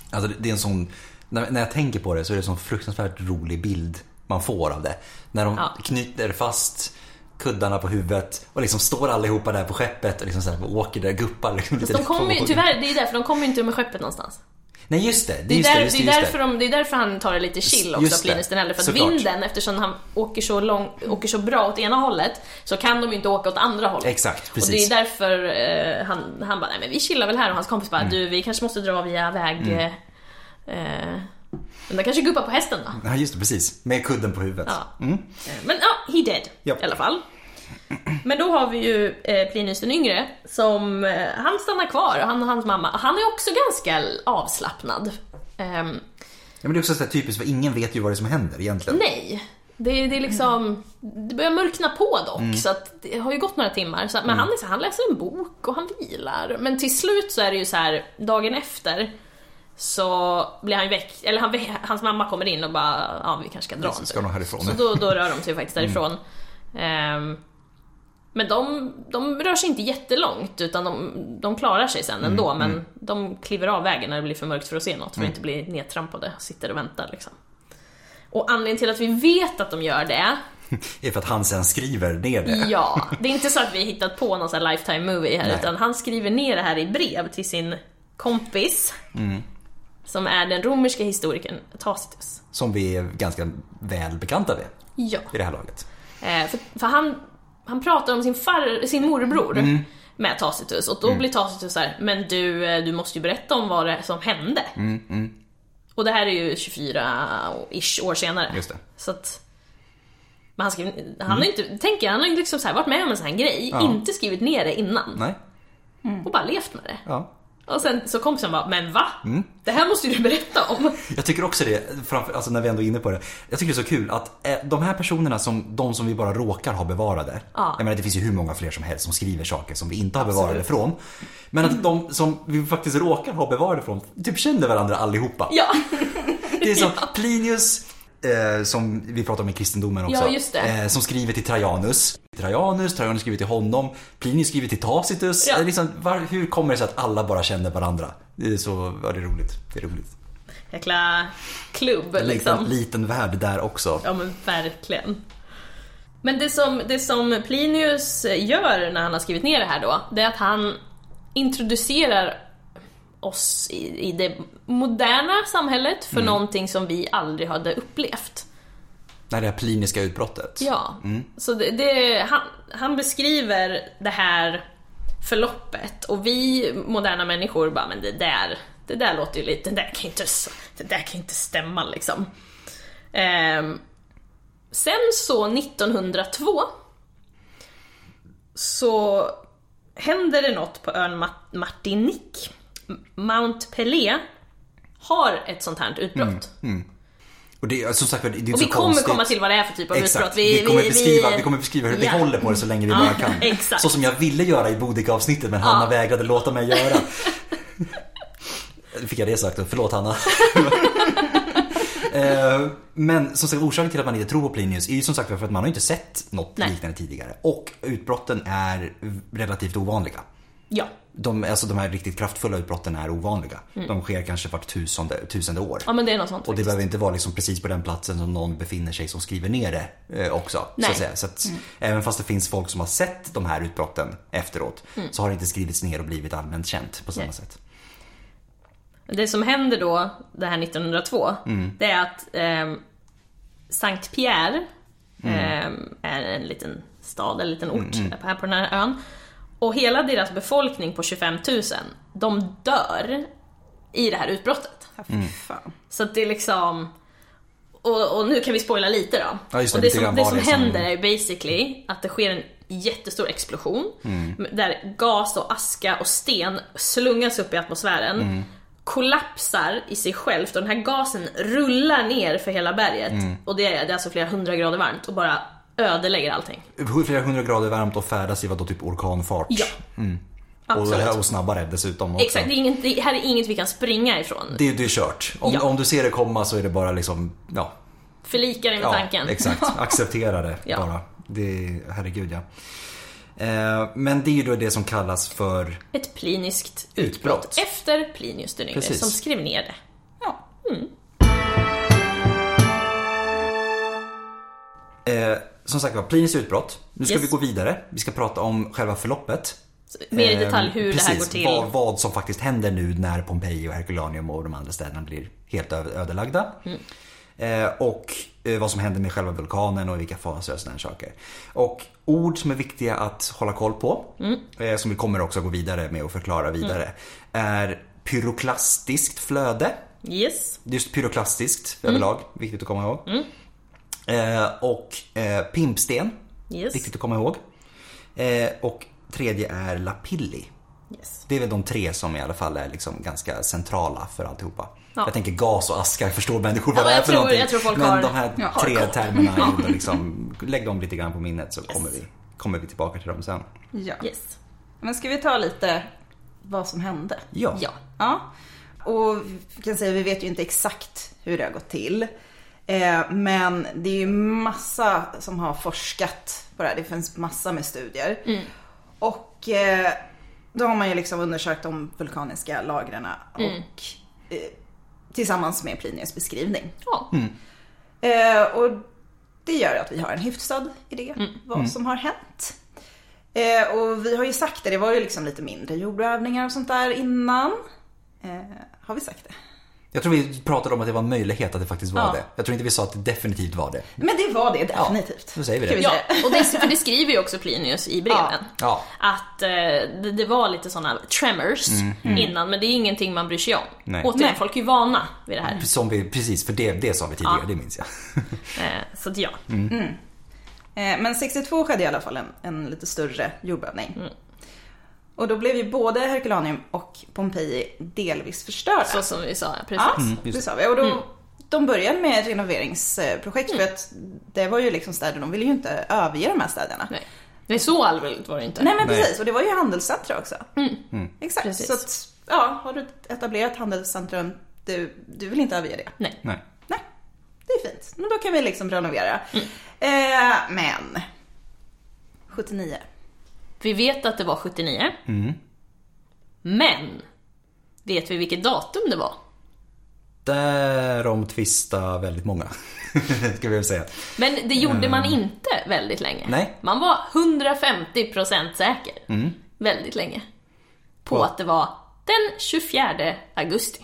Alltså det är en sån, när, när jag tänker på det så är det en sån fruktansvärt rolig bild man får av det. När de ja. knyter fast kuddarna på huvudet och liksom står allihopa där på skeppet och liksom så här åker där, guppar liksom lite. De kommer ju, tyvärr, det är därför de kommer inte med skeppet någonstans. Nej just det, det, det, är, just där, det, just det, är just därför de, det är därför han tar det lite chill också, Plinus den äldre. För att såklart. Vinden, eftersom han åker så, lång, åker så bra åt ena hållet, så kan de ju inte åka åt andra hållet. Exakt, precis. Och det är därför eh, han, han bara, nej men vi chillar väl här. Och hans kompis bara, mm. du vi kanske måste dra via väg mm. eh, Men de kanske guppar på hästen då. Ja just det, precis, med kudden på huvudet. Ja. Mm. Men ja, he dead yep. i alla fall. Men då har vi ju eh, Plinius den yngre som, eh, han stannar kvar, han och hans mamma. Han är också ganska avslappnad. Um, ja, men det är också så här typiskt, för ingen vet ju vad det är som händer egentligen. Nej, det, det är liksom, det börjar mörkna på dock, mm. så att det har ju gått några timmar. Så, men mm. han, är så, han läser en bok och han vilar. Men till slut så är det ju så här, dagen efter så blir han väck, eller han, hans mamma kommer in och bara, ja vi kanske ska dra. Så ska de härifrån. Så då, då rör de sig faktiskt därifrån. Mm. Um, Men de, de rör sig inte jättelångt, utan de, de klarar sig sen ändå. Mm, men mm. de kliver av vägen när det blir för mörkt för att se något, för att mm. inte bli nedtrampade. Sitter och väntar liksom. Och anledningen till att vi vet att de gör det är för att han sen skriver ner det. Ja, det är inte så att vi hittat på någon sån här lifetime movie här. Nej. Utan han skriver ner det här i brev till sin kompis mm. som är den romerska historikern Tacitus. Som vi är ganska väl bekanta med ja. i det här laget. eh, För, för han Han pratar om sin, far, sin morbror mm. med Tacitus. Och då mm. blir Tacitus så här, men du, du måste ju berätta om vad det som hände. Mm. Mm. Och det här är ju tjugofyra-ish år senare. Just det. Så att, men han, skriver, han mm. har inte, tänker, han har ju liksom så här, varit med om en sån här grej. Ja. Inte skrivit ner det innan. Nej. Mm. Och bara levt med det. Ja. Och sen så kompisen bara, men va? Mm. Det här måste du berätta om. Jag tycker också det, framför, alltså när vi ändå är inne på det. Jag tycker det är så kul att eh, de här personerna som, de som vi bara råkar ha bevarade. Ja. Jag menar det finns ju hur många fler som helst som skriver saker som vi inte har bevarade från. Men att de som vi faktiskt råkar ha bevarade från typ känner varandra allihopa. Ja. Det är som ja. Plinius, eh, som vi pratar om i kristendomen också. Ja, just det. Eh, som skriver till Trajanus. Trajanus, Trajanus skriver till honom, Plinius skriver till Tacitus. Ja. Liksom, var, hur kommer det sig att alla bara känner varandra? Det är så, ja, det är roligt. Det är roligt. Jäkla klubb liksom. Liten, liten värld där också. Ja men verkligen. Men det som, det som Plinius gör när han har skrivit ner det här då, det är att han introducerar oss i, i det moderna samhället för mm. någonting som vi aldrig hade upplevt. När det här pliniska utbrottet. Ja, mm. så det, det, han, han beskriver det här förloppet. Och vi moderna människor bara, men det där, det där låter ju lite, det där kan inte, det där kan inte stämma liksom. Ehm, sen så nittonhundratvå så händer det något på ön Martinique. Mount Pelé har ett sånt här utbrott. Mm, mm. Och, det, som sagt, det är och vi kommer konstigt. komma till vad det är för typ av exakt. utbrott. Vi, vi, kommer vi, beskriva, vi, vi kommer beskriva hur ja. vi håller på det så länge vi ja, bara kan. Exakt. Så som jag ville göra i Boudica-avsnittet, men Hanna ja. vägrade låta mig göra. Fick jag det sagt då? Förlåt Hanna. Men som sagt, orsaken till att man inte tror på Plinius är ju som sagt för att man har inte sett något Nej. liknande tidigare. Och utbrotten är relativt ovanliga. Ja. De, alltså de här riktigt kraftfulla utbrotten är ovanliga. Mm. De sker kanske vart tusende, tusende år. Ja, men det är något sånt. Och det faktiskt. behöver inte vara liksom precis på den platsen som någon befinner sig som skriver ner det eh, också. Nej. Så att säga. Så att mm. även fast det finns folk som har sett de här utbrotten efteråt mm. så har det inte skrivits ner och blivit allmänt känt på samma Nej. sätt. Det som händer då, det här nittonhundratvå, mm. det är att eh, Sankt Pierre mm. eh, är en liten stad, en liten ort mm. här på den här ön. Och hela deras befolkning på tjugofem tusen, de dör i det här utbrottet. Mm. Så att det är liksom... Och, och nu kan vi spoila lite då. Ja, just det, och det som, det som det händer som... är basically att det sker en jättestor explosion. Mm. Där gas och aska och sten slungas upp i atmosfären. Mm. Kollapsar i sig självt. Och den här gasen rullar ner för hela berget. Mm. Och det är, det är alltså flera hundra grader varmt. Och bara... ödelägger allting. Flera hundra grader varmt och färdas i vad då typ orkanfart. Ja. Mm. Och, och snabbare dessutom också. Exakt, det, är inget, det här är inget vi kan springa ifrån. Det, det är kört. Om, ja. om du ser det komma så är det bara liksom, ja. Förlika dig med ja, tanken. Exakt, acceptera det ja. bara. Det är, herregud ja. Eh, men det är ju då det som kallas för ett pliniskt utbrott. utbrott. Efter Plinius den yngre som skrev ner det. Mm. Eh, som sagt var, Plinius utbrott. Nu ska Yes. vi gå vidare. Vi ska prata om själva förloppet. Så, mer i detalj hur Eh, det här går precis, till. Vad, vad som faktiskt händer nu när Pompeji och Herculaneum och de andra städerna blir helt ö- ödelagda. Mm. Eh, och eh, vad som händer med själva vulkanen och i vilka faser och sådana saker. Och ord som är viktiga att hålla koll på, Mm. eh, som vi kommer också gå vidare med och förklara vidare, mm. är pyroklastiskt flöde. Yes. Just pyroklastiskt Mm. överlag, viktigt att komma ihåg. Mm. Eh, och eh, pimpsten, Yes. viktigt att komma ihåg. Eh, och tredje är lapilli. Yes. Det är väl de tre som i alla fall är liksom ganska centrala för alltihopa. Ja. Jag tänker gas och askar, förstår människor vad Ja, det är jag för tror- någonting. jag tror folk Men har- de här ja, har tre koll. termerna, är ju liksom, lägg dem lite grann på minnet så Yes. kommer, vi, kommer vi tillbaka till dem sen. Ja. Yes. Men ska vi ta lite vad som hände? Ja. Ja. Ja. Och vi kan säga, vi vet ju inte exakt hur det har gått till. Eh, men det är ju massa som har forskat på det här. Det finns massa med studier. Mm. Och eh, då har man ju liksom undersökt de vulkaniska lagren och Mm. eh, tillsammans med Plinius beskrivning. Ja. Mm. Eh, och det gör att vi har en hyfsad idé Mm. vad Mm. som har hänt. Eh, och vi har ju sagt det, det var ju liksom lite mindre jordövningar och sånt där innan. Eh, har vi sagt det? Jag tror vi pratade om att det var en möjlighet att det faktiskt var Ja. det. Jag tror inte vi sa att det definitivt var det. Men det var det definitivt. Då säger vi Ska det. vi Ja, säga. och det, för det skriver ju också Plinius i breven. Ja. Att eh, det, det var lite såna tremors innan, men det är ingenting man bryr sig om. Nej. Återigen, Nej. folk är ju vana vid det här. Som vi, precis, för det, det sa vi tidigare, Ja. det minns jag. Eh, så att ja. Eh, men sextiotvå skedde i alla fall en, en lite större jordbävning. Mm. Och då blev ju både Herculaneum och Pompeji delvis förstörda. Så som vi sa, precis. Ja, Mm, det just sa vi. Och då, de började med ett renoveringsprojekt för att det var ju liksom städer, de ville ju inte överge de här städerna. Nej. Nej, så allvarligt var det inte. Nej men Nej. precis, och det var ju handelscentra också. Mm. Exakt, Precis. så att, ja, har du ett etablerat handelscentrum, du, du vill inte överge det. Nej. Nej. Nej, det är fint. Men då kan vi liksom renovera. Eh, men, sjuttionio. Vi vet att det var sjuttionio. Mm. Men, vet vi vilket datum det var? Därom tvista väldigt många, ska vi väl säga. Men det gjorde man inte väldigt länge. Nej. Man var hundrafemtio procent säker. Mm. Väldigt länge. På På- att det var den tjugofjärde augusti.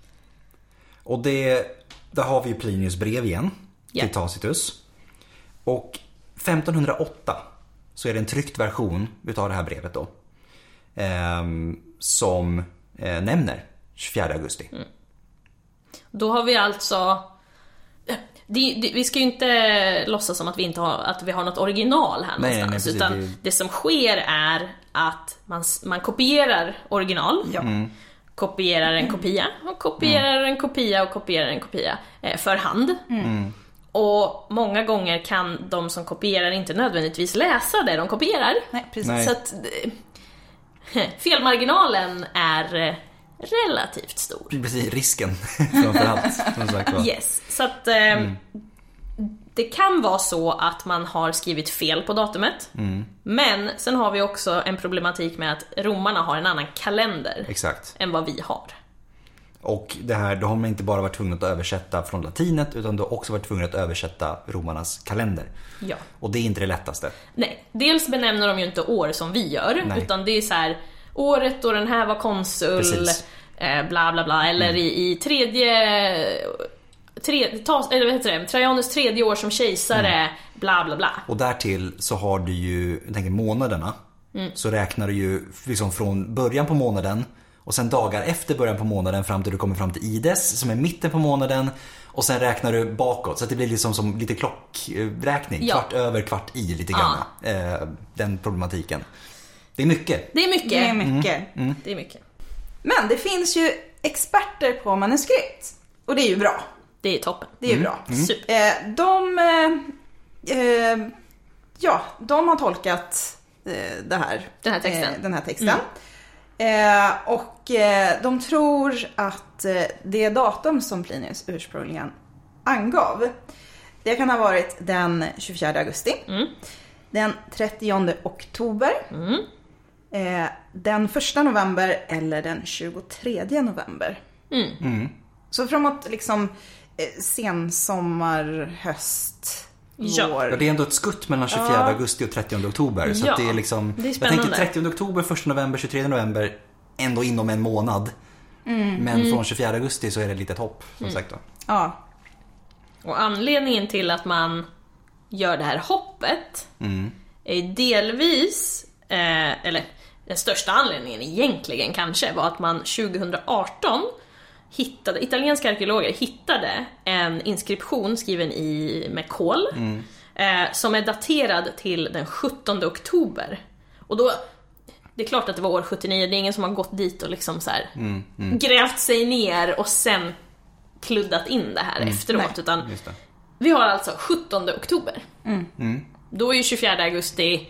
Och det, där har vi ju Plinius brev igen Ja. till Tacitus. Och femtonhundraåtta så är det en tryckt version utav det här brevet då. ehm, som eh, nämner tjugofjärde augusti. Mm. Då har vi alltså... Det, det, vi ska ju inte låtsas som att vi inte har, att vi har något original här Nej, någonstans. nej, precis. utan Det- det som sker är att man, man kopierar original. Ja. Kopierar en kopia och kopierar en kopia och kopierar en kopia eh, för hand. Och många gånger kan de som kopierar inte nödvändigtvis läsa det de kopierar. Nej, precis. Nej. Så att eh, felmarginalen är eh, relativt stor. Precis, risken framförallt. Som sagt var. Yes, så att eh, det kan vara så att man har skrivit fel på datumet. Men sen har vi också en problematik med att romarna har en annan kalender Exakt. än vad vi har. Och det här, då har man inte bara varit tvungen att översätta från latinet utan då har också varit tvungen att översätta romarnas kalender. Ja. Och det är inte det lättaste. Nej, dels benämner de ju inte år som vi gör, Nej. utan det är så här: året då den här var konsul, Precis. eh, bla bla bla, eller i, i tredje, tre, ta, eller vad heter det, Trajanus tredje år som kejsare, bla bla bla. Och därtill så har du ju, jag tänker månaderna, så räknar du ju liksom från början på månaden och sen dagar efter början på månaden fram till du kommer fram till Ides som är mitten på månaden och sen räknar du bakåt så att det blir liksom som lite klockräkning, Ja. kvart över, kvart i lite grann. Eh, den problematiken. Det är mycket. Det är mycket. Det är mycket. Det är mycket. Men det finns ju experter på manuskript. Och det är ju bra. Det är toppen. Det är ju bra. Super. Eh, de, eh, eh, ja, de har tolkat eh, det här, Den här texten. Eh, den här texten. Eh, och eh, de tror att eh, det datum som Plinius ursprungligen angav, det kan ha varit den tjugofjärde augusti, Mm. den trettionde oktober, Mm. eh, den första november eller den tjugotredje november. Mm. Så framåt liksom eh, sensommar, höst, Ja. vår. Ja, det är ändå ett skutt mellan tjugofjärde Ja. augusti och trettionde oktober. Så Ja, att det är liksom, det är jag spännande. tänker trettionde oktober, första november, tjugotredje november, ändå inom en månad. Mm. Men mm. från tjugofjärde augusti så är det ett litet hopp, som mm. sagt då. Ja. Och anledningen till att man gör det här hoppet mm. är delvis, eh, eller den största anledningen egentligen kanske, var att man tjugohundraarton hittade, italienska arkeologer hittade en inskription skriven i med kol mm. eh, som är daterad till den sjuttonde oktober. Och då, det är klart att det var år sjuttionio, det är ingen som har gått dit och liksom så här mm. Mm. grävt sig ner och sen kluddat in det här mm. efteråt. Nej. Utan vi har alltså sjuttonde oktober. Mm. Mm. Då är ju tjugofjärde augusti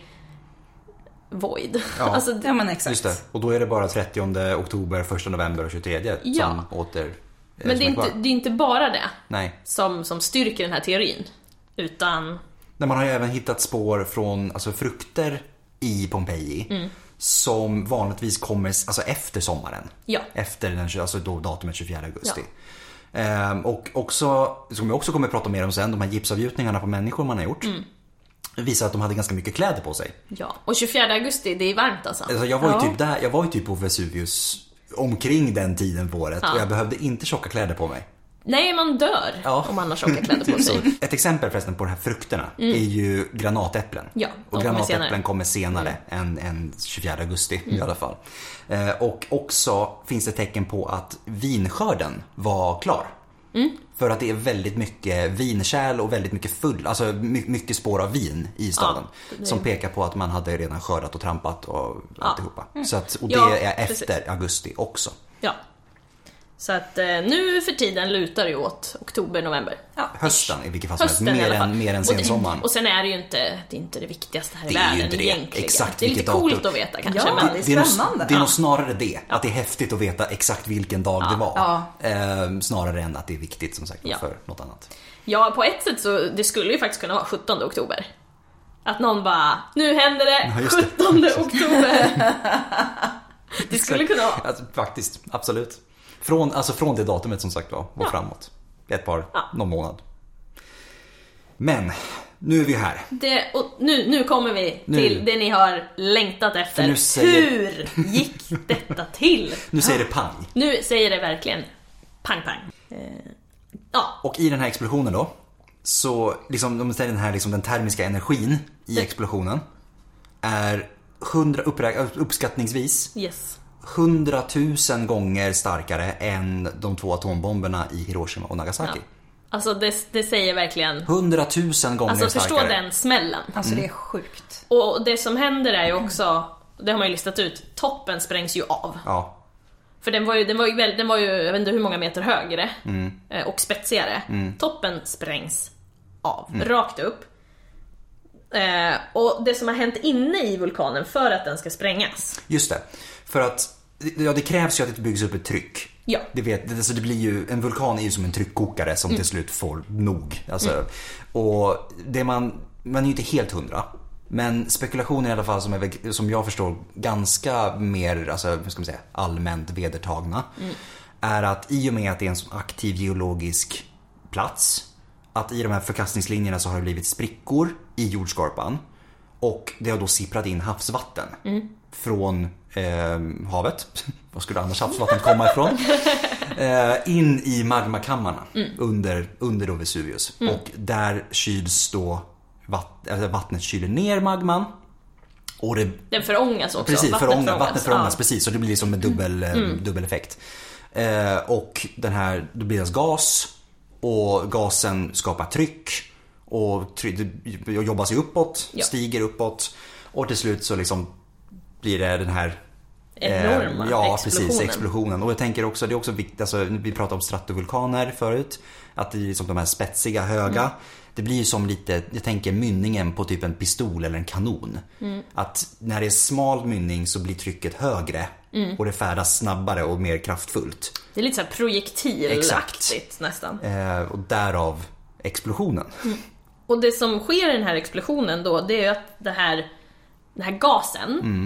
void. Ja, alltså, det, man exakt. Just det. Och då är det bara trettionde oktober, första november och tjugotredje ja. som åter. Men det är, inte, det är inte bara det Nej. Som, som styrker den här teorin. Utan Nej, man har ju även hittat spår från alltså, frukter i Pompeji mm. som vanligtvis kommer alltså, efter sommaren. Ja. Efter den, alltså, då, datumet tjugofjärde augusti. Ja. Ehm, och också, som jag också kommer att prata mer om sen, de här gipsavgjutningarna på människor man har gjort. Mm. Visar att de hade ganska mycket kläder på sig. Ja, och tjugofjärde augusti, det är varmt alltså. alltså jag var ju ja. typ där, jag var ju typ på Vesuvius omkring den tiden på året ja. Och jag behövde inte tjocka kläder på mig. Nej, man dör ja. Om man har tjocka kläder på sig. Ett exempel förresten på de här frukterna mm. är ju granatäpplen. Ja, och granatäpplen kommer senare, kommer senare mm. än, än tjugofjärde augusti mm. i alla fall. Eh, och också finns det tecken på att vinskörden var klar. Mm. För att det är väldigt mycket vinkärl och väldigt mycket full, alltså mycket spår av vin i staden ja, som pekar på att man hade redan skördat och trampat och ja. Alltihopa. Mm. Så att, och det ja, är efter precis. Augusti också. Ja. Så att eh, nu för tiden lutar ju åt oktober, november. Ja. Hösten i vilket fall som helst, mer än, mer än sensommaren. Och, och sen är det ju inte, det är inte det viktigaste här i det är världen det. egentligen. Exakt, det är lite coolt datum. Att veta kanske. Ja, men det är spännande. Det är, det är nog snarare det, ja. Att det är häftigt att veta exakt vilken dag ja. Det var. Ja. Eh, snarare än att det är viktigt som sagt ja. För något annat. Ja, på ett sätt så det skulle ju faktiskt kunna vara sjuttonde oktober. Att någon bara, nu händer det, ja, sjuttonde oktober. Det skulle kunna vara. Alltså, faktiskt, absolut. Från, alltså från det datumet som sagt var och ja. Framåt. Ett par, ja. Någon månad. Men, nu är vi här. Det, och nu, nu kommer vi nu. Till det ni har längtat efter. Säger... Hur gick detta till? Nu säger det pang. Nu säger det verkligen pang pang. Eh, ja. Och i den här explosionen då, så liksom, de säger den här liksom, den termiska energin i det. Explosionen är hundra, uppskattningsvis yes. hundratusen gånger starkare än de två atombomberna i Hiroshima och Nagasaki. Ja. Alltså det, det säger verkligen hundratusen gånger alltså, starkare. Alltså förstå den smällen. Alltså mm. det är sjukt. Och det som händer är ju också, det har man ju listat ut, toppen sprängs ju av. Ja. För den var ju, den var ju, väl, den var ju jag vet inte hur många meter högre mm. och spetsigare. Mm. Toppen sprängs av, mm. rakt upp. Eh, och det som har hänt inne i vulkanen för att den ska sprängas. Just det, för att ja, det krävs ju att det byggs upp ett tryck. Ja. Det vet, alltså det blir ju, en vulkan är ju som en tryckkokare som mm. till slut får nog. Alltså, mm. Och det man, man är ju inte helt hundra. Men spekulationer i alla fall som, är, som jag förstår ganska mer alltså, hur ska man säga, allmänt vedertagna mm. är att i och med att det är en sån aktiv geologisk plats, att i de här förkastningslinjerna så har det blivit sprickor i jordskorpan och det har då sipprat in havsvatten mm. från eh, havet. Vad skulle annars havsvatten komma ifrån? Eh, in i magmakammarna mm. under, under då Vesuvius. Mm. Och där kyls då vatt, alltså vattnet kyler ner magman. Och det, den förångas också. Precis, vattnet förångas, förångas, vattnet förångas ja. Precis, så det blir som en dubbel, mm. dubbel effekt. Eh, och den här, då blir det gas och gasen skapar tryck och tryck, det jobbar sig uppåt, ja. Stiger uppåt och till slut så liksom blir det den här enorma eh, ja, explosionen. Precis, explosionen. Och jag tänker också, det är också viktigt, alltså, vi pratade om stratovulkaner förut, att det är som de här spetsiga, höga mm. det blir ju som lite, jag tänker mynningen på typ en pistol eller en kanon. Mm. Att när det är smal mynning så blir trycket högre mm. och det färdas snabbare och mer kraftfullt. Det är lite så här projektilaktigt nästan. Eh, och därav explosionen. Mm. Och det som sker i den här explosionen då, det är ju att det här, den här gasen, mm.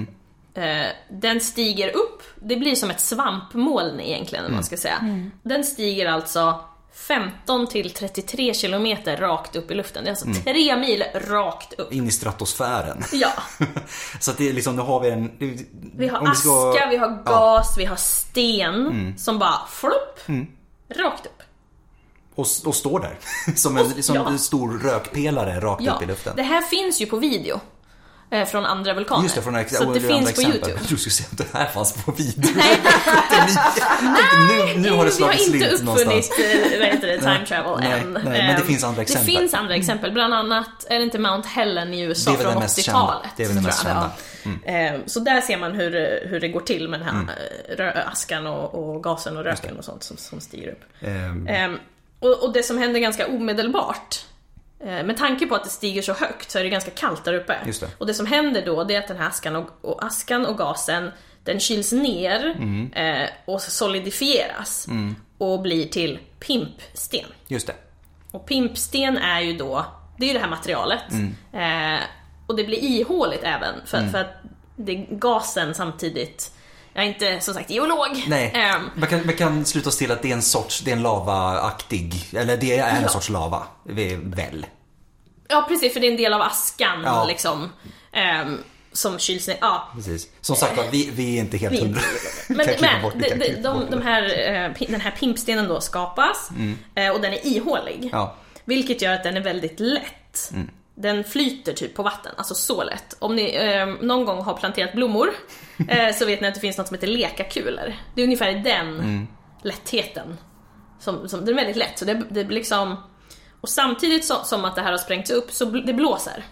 eh, den stiger upp. Det blir som ett svampmoln egentligen, om man ska säga. Mm. Den stiger alltså femton till trettiotre kilometer rakt upp i luften. Det är alltså mm. tre mil rakt upp. In i stratosfären. Ja. Så att det är liksom, då har vi en... Det, vi har aska, vi, ska, vi har gas, ja. vi har sten mm. som bara flopp, mm. rakt upp. Och, och står där. Som en, som ja. en stor rökpelare rakt ja. upp i luften. Det här finns ju på video. Från andra vulkaner. Just det, från ex- så det finns på YouTube. Jag tror du skulle se om det här fanns på video. Nej, nu, nu har det slagit slint någonstans. Vi har inte uppfunnit vad heter det, time travel nej, än. Nej, men det finns andra exempel. Det finns andra exempel. Bland annat är det inte Mount Helen i U S A från åttiotalet. Det är väl det mest kända. Mm. Så där ser man hur, hur det går till med den här mm. askan och, och gasen och röken och sånt som, som stiger upp. Um. Um, och, och det som händer ganska omedelbart, med tanke på att det stiger så högt så är det ganska kallt där uppe. Just det. Och det som händer då, det är att den här askan och, och, askan och gasen, den kyls ner mm. eh, och solidifieras mm. och blir till pimpsten. Just det. Och pimpsten är ju då, det är ju det här materialet. Mm. Eh, och det blir ihåligt även för, mm. för att det är gasen samtidigt. Jag är inte som sagt geolog. Nej, um, man, kan, man kan sluta oss till att det är en sorts, det är en lavaaktig, eller det är en ja. sorts lava, väl? Ja, precis, för det är en del av askan ja. liksom, um, som kyls ner. Ja. Precis. Som sagt var, vi, vi är inte helt hundra. Men, men de, de, de, de här, den här pimpstenen då skapas mm. och den är ihålig. Ja. Vilket gör att den är väldigt lätt. Mm. Den flyter typ på vatten, alltså så lätt. Om ni eh, någon gång har planterat blommor eh, så vet ni att det finns något som heter lekakulor. Det är ungefär den mm. lättheten som, som, det är väldigt lätt. Så det, det blir liksom, och samtidigt så, som att det här har sprängts upp så det blåser.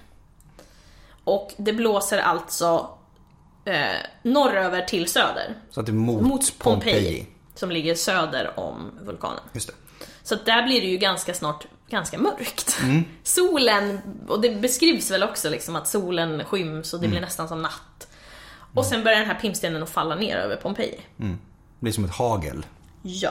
Och det blåser alltså eh, norröver till söder. Så att det är mot, mot Pompeji, Pompeji som ligger söder om vulkanen. Just det. Så där blir det ju ganska snart ganska mörkt. Mm. Solen, och det beskrivs väl också liksom att solen skyms och det mm. blir nästan som natt. Och sen börjar den här pimpstenen att falla ner över Pompeji. Mm. Det blir som ett hagel. Ja.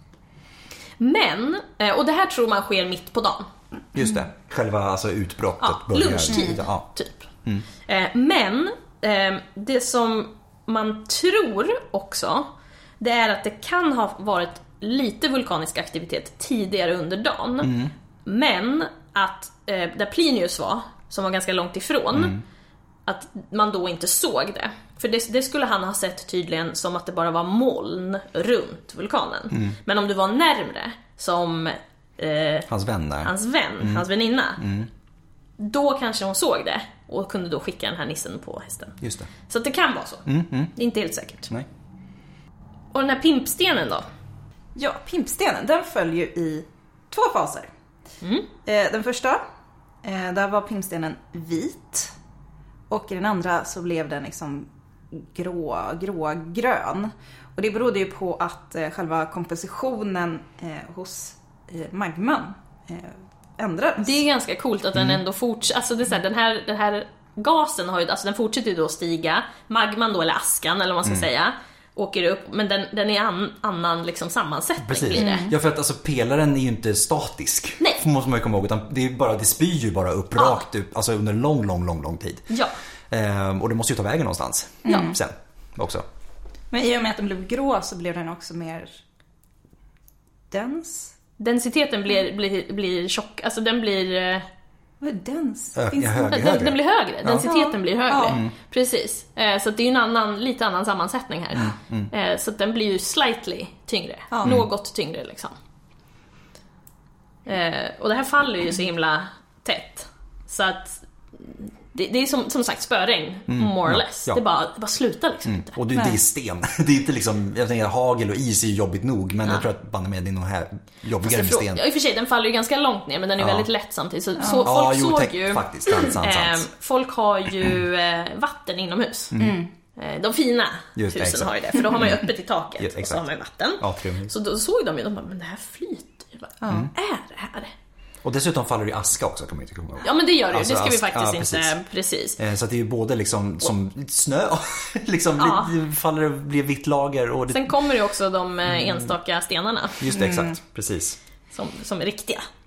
Men, och det här tror man sker mitt på dagen. Just det, själva alltså utbrottet ja, börjar. Lunchtid, ja. typ. Mm. Men det som man tror också, det är att det kan ha varit lite vulkanisk aktivitet tidigare under dagen. Mm. Men att eh, där Plinius var, som var ganska långt ifrån, mm. att man då inte såg det. För det, det skulle han ha sett tydligen som att det bara var moln runt vulkanen. Mm. Men om du var närmre, som eh, hans vänner, hans vän, mm. hans väninna, mm. då kanske hon såg det och kunde då skicka den här nissen på hästen. Just det. Så att det kan vara så. Mm. Mm. Det är inte helt säkert. Nej. Och den här pimpstenen då? Ja, pimpstenen, den följer i två faser. Mm. Eh, den första, eh, där var pimpstenen vit. Och i den andra så blev den liksom grå, grågrön. Och det berodde ju på att eh, själva kompositionen eh, hos eh, magman eh, ändrades. Det är ganska coolt att den Mm. ändå fortsätter. Alltså det är så här, den här, den här gasen har ju, alltså den fortsätter ju då stiga. Magman då, eller askan eller vad man ska Mm. säga, åker upp, men den, den är an, annan liksom sammansättning. Precis. Blir det. Mm. Ja, för att alltså pelaren är ju inte statisk. Nej. Måste man ju komma ihåg, utan det är bara, det spyr ju bara upp Ja. rakt upp, alltså under lång, lång, lång, lång tid. Ja. Ehm, och det måste ju ta vägen någonstans. Mm. Sen också. Men i och med att den blev grå så blev den också mer dens. Densiteten blir, blir, blir tjock, alltså den blir... Vad är dens? Ö- Finns ja, det- högre. Den, den blir högre, Ja. densiteten Ja. blir högre. Ja. Mm. Precis. Eh, så att det är ju en annan, lite annan sammansättning här. Eh, så att den blir ju slightly tyngre. Ja. Något tyngre liksom. Eh, och det här faller ju så himla tätt. Så att det, det är som, som sagt spöregn, more or Ja. less. Ja. Det, bara, det bara slutar liksom Mm. inte. Och det, det är sten. Det är inte liksom, jag tänker hagel och is är ju jobbigt nog, men Ja. jag tror att banne med det är nog här jobbigare med Så, sten. ja, i och för sig, den faller ju ganska långt ner, men den är Ja. väldigt lätt samtidigt. Så, så Ja, folk jo, såg tänk- ju... faktiskt, sant, sant, Eh, sant. folk har ju eh, vatten inomhus. Mm. Eh, de fina Just det, husen exakt. har ju det, för då har man ju öppet i taket Ja, och så exakt. har man ju vatten. Ja, trevligt. Så då såg de ju, de bara, men det här flyter ju. Vad är det här? Och dessutom faller det i aska också, kan man inte komma ihåg. Ja, men det gör det ju. Alltså, Det ska vi ask- faktiskt ja, precis. inte... Precis. Eh, Så att det är ju både liksom som snö, liksom Ja. det faller och blir vitt lager och det, Sen kommer det också de eh, enstaka stenarna just det, exakt, precis. som, som är riktiga.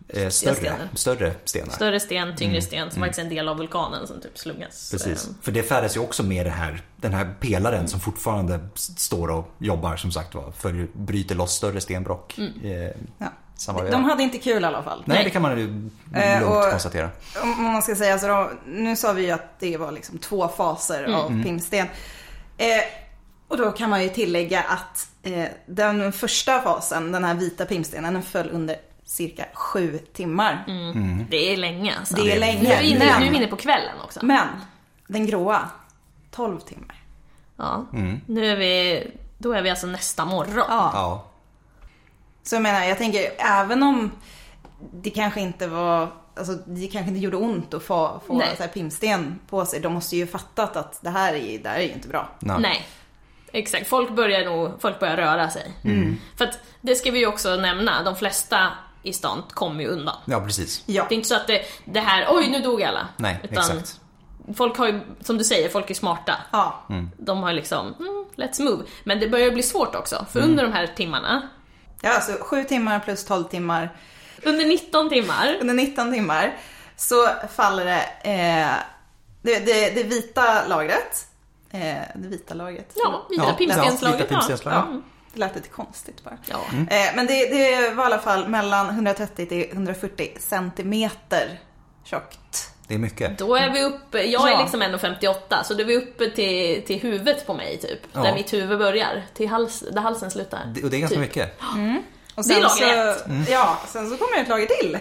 eh, större, större stenar. Större sten, tyngre sten som mm. faktiskt är en del av vulkanen som typ slungas. Precis, för det färdas ju också med det här, den här pelaren mm. som fortfarande står och jobbar som sagt var, för bryter loss större stenbrock. Mm. Eh, ja. De hade inte kul i alla fall. Nej, det kan man ju lugnt och, konstatera. Om man ska säga så då, nu sa vi ju att det var liksom två faser mm. av pinnsten. Eh, och då kan man ju tillägga att eh, den första fasen, den här vita pinnstenen, den föll under cirka sju timmar. Mm. Mm. Det är länge alltså. Det är länge. Nu är vi inne, nu är vi inne på kvällen också. Men den gråa, tolv timmar. Ja, mm. nu är vi, då är vi alltså nästa morgon. Ja. ja. Så jag menar, jag tänker, även om det kanske inte var, alltså det kanske inte gjorde ont att få, få så här pinnsten på sig. De måste ju fattat att det här är, det här är ju inte bra. Nej. Nej. Exakt, folk börjar nog, folk börjar röra sig. Mm. För att det ska vi ju också nämna, de flesta i stan kommer ju undan. Ja, precis. Ja. Det är inte så att det, det här, oj nu dog alla. Nej, utan exakt. Folk har ju, som du säger, folk är smarta. Ja. Mm. De har liksom, mm, let's move. Men det börjar bli svårt också, för mm. under de här timmarna. Ja, alltså sju timmar plus tolv timmar. Under nitton timmar. Under nitton timmar så faller det, eh, det, det, det vita lagret. Eh, det vita lagret. Ja, vita ja, pinnstenslaget. Ja, ja. Ja. Det lät lite konstigt bara. Ja. Mm. Eh, men det, det var i alla fall mellan hundratrettio till hundrafyrtio centimeter tjockt. Det är mycket. Då är vi uppe, jag är liksom en komma femtioåtta, så då är vi uppe till, till huvudet på mig typ. Ja. Där mitt huvud börjar, till hals, där halsen slutar. Det, och det är ganska typ. mycket. Mm. Och sen det är så, mm. ja, sen så kommer det ett lager till.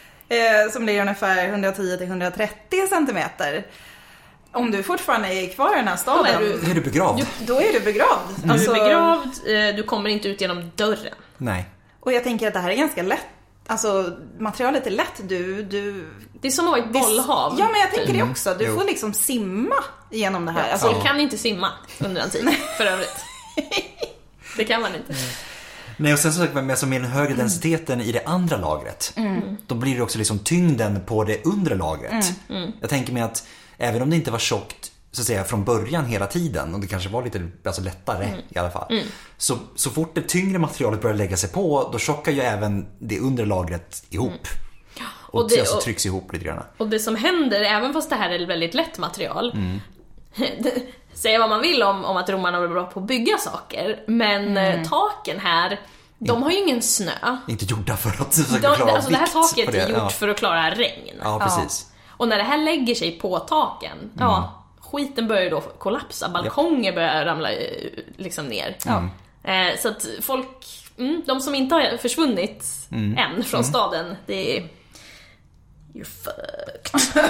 Eh, som blir ungefär hundratio till hundratrettio centimeter. Om du fortfarande är kvar i den här staden, är du, är du begravd. Du, då är du begravd. Mm. Alltså, du är begravd, eh, du kommer inte ut genom dörren. Nej. Och jag tänker att det här är ganska lätt. Alltså materialet är lätt. Du, du... Det är som att vara ett bollhav. Ja, men jag tänker mm. det också. Du jo. får liksom simma genom det här. Alltså, alltså, du kan inte simma under en tid, för övrigt. Det kan man inte. Mm. Nej, och sen så med, med, med den högre densiteten i det andra lagret, mm. då blir det också liksom tyngden på det undre lagret. Mm. Mm. Jag tänker mig att även om det inte var tjockt så att säga från början hela tiden, och det kanske var lite alltså, lättare mm. i alla fall, mm. så, så fort det tyngre materialet börjar lägga sig på, då tjockar ju även det undre lagret ihop. Mm. Och, och det alltså, trycks ihop lite grann. Och det som händer, även fast det här är väldigt lätt material, mm. säga vad man vill om, om att romarna var bra på att bygga saker, men mm. taken här, de har ju ingen snö. Inte gjorda för att försöka de, klara alltså, det här taket det. är gjort ja. för att klara regn. Ja, precis. Ja. Och när det här lägger sig på taken, mm. ja, skiten börjar ju då kollapsa, balkonger yep. börjar ramla liksom ner. Mm. Eh, så att folk, mm, de som inte har försvunnit mm. än från mm. staden, det är you're fucked.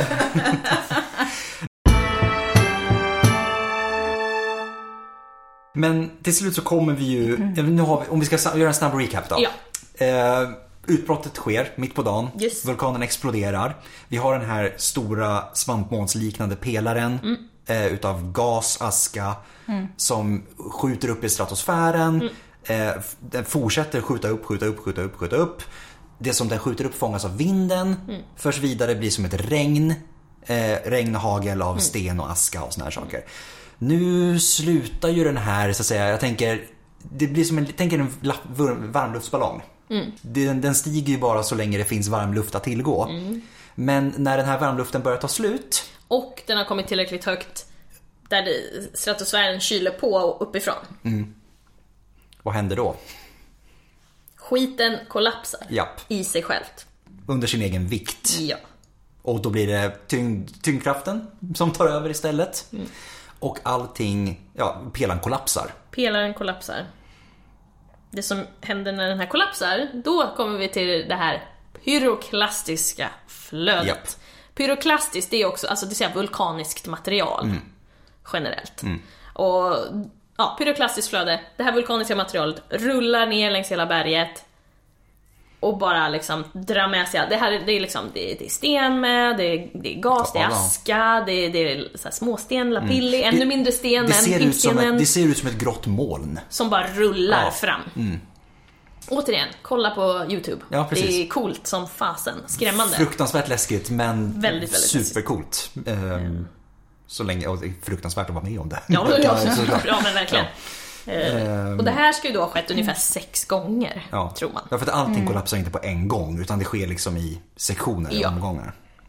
Men till slut så kommer vi ju, mm. nu har vi, om vi ska göra en snabb recap då. Ja. Eh, utbrottet sker mitt på dagen. Yes. Vulkanen exploderar. Vi har den här stora svampmånsliknande pelaren mm. eh, utav gas, aska mm. som skjuter upp i stratosfären. Mm. Eh, den fortsätter skjuta upp, skjuta upp, skjuta upp, skjuta upp. Det som den skjuter upp fångas av vinden. Mm. Förs vidare, blir som ett regn. Eh, regnhagel av mm. sten och aska och såna här saker. Nu slutar ju den här, så att säga, jag tänker, det blir som en, tänker en varmluftsballong. Mm. Den, den stiger ju bara så länge det finns varm luft att tillgå. Mm. Men när den här varmluften börjar ta slut, och den har kommit tillräckligt högt där det, stratosfären kyler på uppifrån. Mm. Vad händer då? Skiten kollapsar. Japp. I sig självt. Under sin egen vikt. Ja. Och då blir det tyngd, tyngdkraften som tar över istället. Mm. Och allting, ja, pelaren kollapsar. Pelaren kollapsar. Det som händer när den här kollapsar, då kommer vi till det här pyroklastiska flödet. Yep. Pyroklastiskt, det är också, alltså det är vulkaniskt material. Mm. Generellt. Mm. Och ja, pyroklastiskt flöde. Det här vulkaniska materialet rullar ner längs hela berget. Och bara liksom drar med sig. Det här det är liksom det är, det är sten med, det är, det är gas, det är aska, det är, det är så här småsten, lapilli, mm. ännu det, mindre sten, det men ser, ut som ett, det ser ut som ett grått moln som bara rullar ja. fram. Mm. Återigen, kolla på YouTube. Ja, det är coolt som fasen, skrämmande. Fruktansvärt läskigt, men väldigt, väldigt supercoolt. Um, mm. Så länge, och det är fruktansvärt att vara med om det. Ja, ja, ja, ja men verkligen. Eh, och det här ska ju då ha skett ungefär sex gånger, ja. tror man. Ja, för att allting mm. kollapsar inte på en gång, utan det sker liksom i sektioner, ja. omgångar.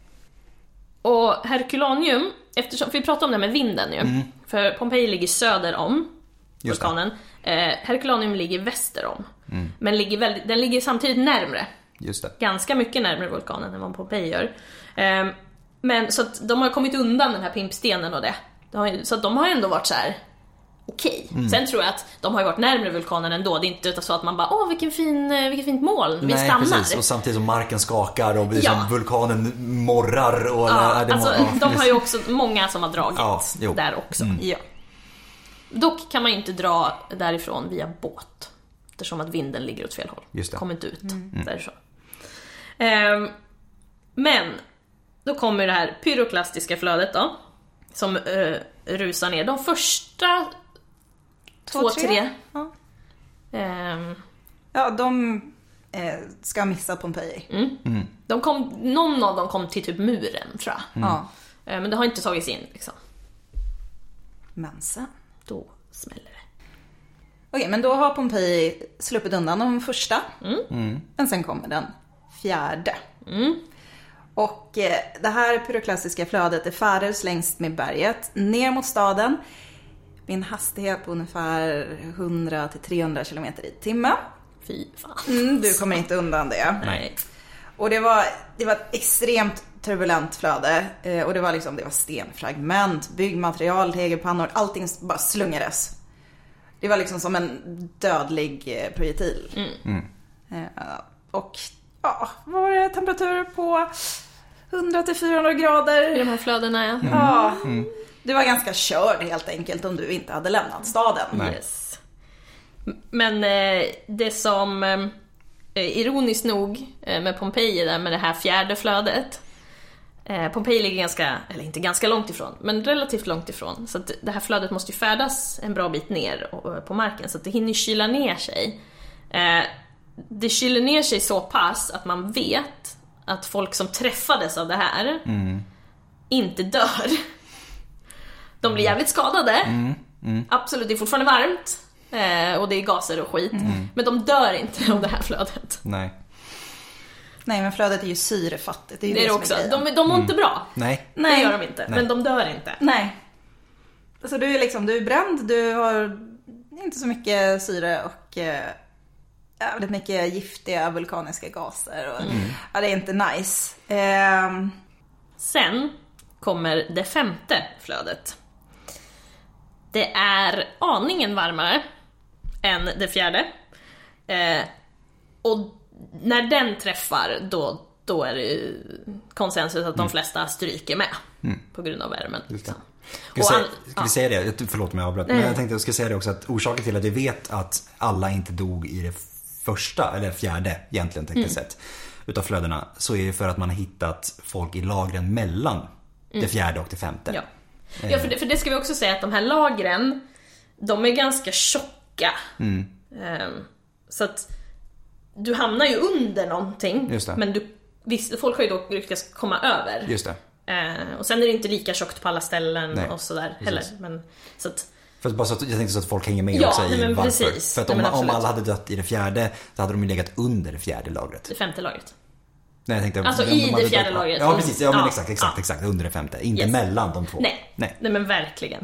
Och Herculaneum, eftersom, för vi pratade om det med vinden ju, mm. för Pompeji ligger söder om Just vulkanen. Eh, Herculaneum ligger väster om. Mm. Men ligger väldigt, den ligger samtidigt närmre. Just det. Ganska mycket närmare vulkanen än vad Pompeji gör. Eh, men så att de har kommit undan den här pimpstenen och det. De har, så att de har ändå varit så här. Okej. Okay. Mm. Sen tror jag att de har ju varit närmare vulkanen ändå. Det är inte så att man bara, åh vilken fin, vilket fint moln, vi Nej, stannar. Precis. Och samtidigt som marken skakar och liksom ja. vulkanen morrar. Och, ja, det alltså, mor- de har ju också många som har dragit ja, där också. Mm. Ja. Dock kan man inte dra därifrån via båt, eftersom att vinden ligger åt fel håll. Just det. Kommer inte ut mm. därifrån. Ehm, men då kommer det här pyroklastiska flödet då, som uh, rusar ner. De första två, två tre, tre. Ja. Ehm, ja, de eh, ska missa Pompeji. Mm. Mm. De kom, någon av dem kom till typ muren, tror jag. Mm. Ja. Ehm, men det har inte tagits in liksom. Men sen då smäller det. Okej, men då har Pompeji sluppit undan de första. Mm. Mm. Men sen kommer den fjärde. Mm. Och eh, det här pyroklastiska flödet är färdes längs med berget ner mot staden med en hastighet på ungefär hundra till trehundra kilometer i timmen. Fy fan. Mm, du kommer inte undan det. Nej. Och det var, det var ett extremt turbulent flöde. Eh, och det var liksom, det var stenfragment, byggmaterial, tegelpannor, allting bara slungades. Det var liksom som en dödlig eh, projektil. Mm. Mm. Eh, och ja, var det temperatur på hundra till fyrahundra grader i de här flödena, ja. Mm. Ja. Mm. Du var ganska körd helt enkelt om du inte hade lämnat staden. Yes. Men eh, det som eh, ironiskt nog eh, med Pompeji där med det här fjärde flödet. Eh, Pompeji ligger ganska, eller inte ganska långt ifrån, men relativt långt ifrån. Så att det här flödet måste ju färdas en bra bit ner och, på marken, så att det hinner kyla ner sig. Eh, det kyler ner sig så pass att man vet att folk som träffades av det här mm. inte dör. De blir jävligt skadade. Mm. Mm. Absolut, det är fortfarande varmt. Eh, och det är gaser och skit. Mm. Men de dör inte av det här flödet. Nej. Nej, men flödet är ju syrefattigt. Det är ju det, det, är som också. är De, de mår inte mm. bra. Nej. Det gör de inte. Nej. Men de dör inte. Nej. Så du är liksom, du är bränd. Du har inte så mycket syre och eh, väldigt mycket giftiga vulkaniska gaser. Och, mm. ja, det är inte nice. Eh, Sen kommer det femte flödet. Det är aningen varmare än det fjärde. Eh, och när den träffar, då, då är det konsensus att de mm. flesta stryker med mm. på grund av värmen. Ska vi, säga, ska vi säga det? Förlåt mig, jag avbröt. Men jag tänkte jag ska säga det också, att orsaken till att vi vet att alla inte dog i det första, eller fjärde egentligen tekniskt mm. sett, utav flödena, så är det för att man har hittat folk i lagren mellan mm. det fjärde och det femte. Ja, ja för, det, för det ska vi också säga att de här lagren, de är ganska tjocka. Mm. Um, så att du hamnar ju under någonting, men du, visst, folk har ju då lyckats komma över. Just det. Uh, och sen är det inte lika tjockt på alla ställen. Nej, och sådär heller. Men, så att, för att bara så att, jag tänkte så att folk hänger med ja, också nej, i men varför. Precis. För att nej, om, om alla hade dött i det fjärde, så hade de ju legat under det fjärde lagret. Det femte lagret. Nej, jag tänkte, alltså de, i de det fjärde dött, lagret. Ja, precis. Ja, men ja, exakt, exakt, ja. exakt. Under det femte. Inte yes. mellan de två. Nej. nej, nej men verkligen.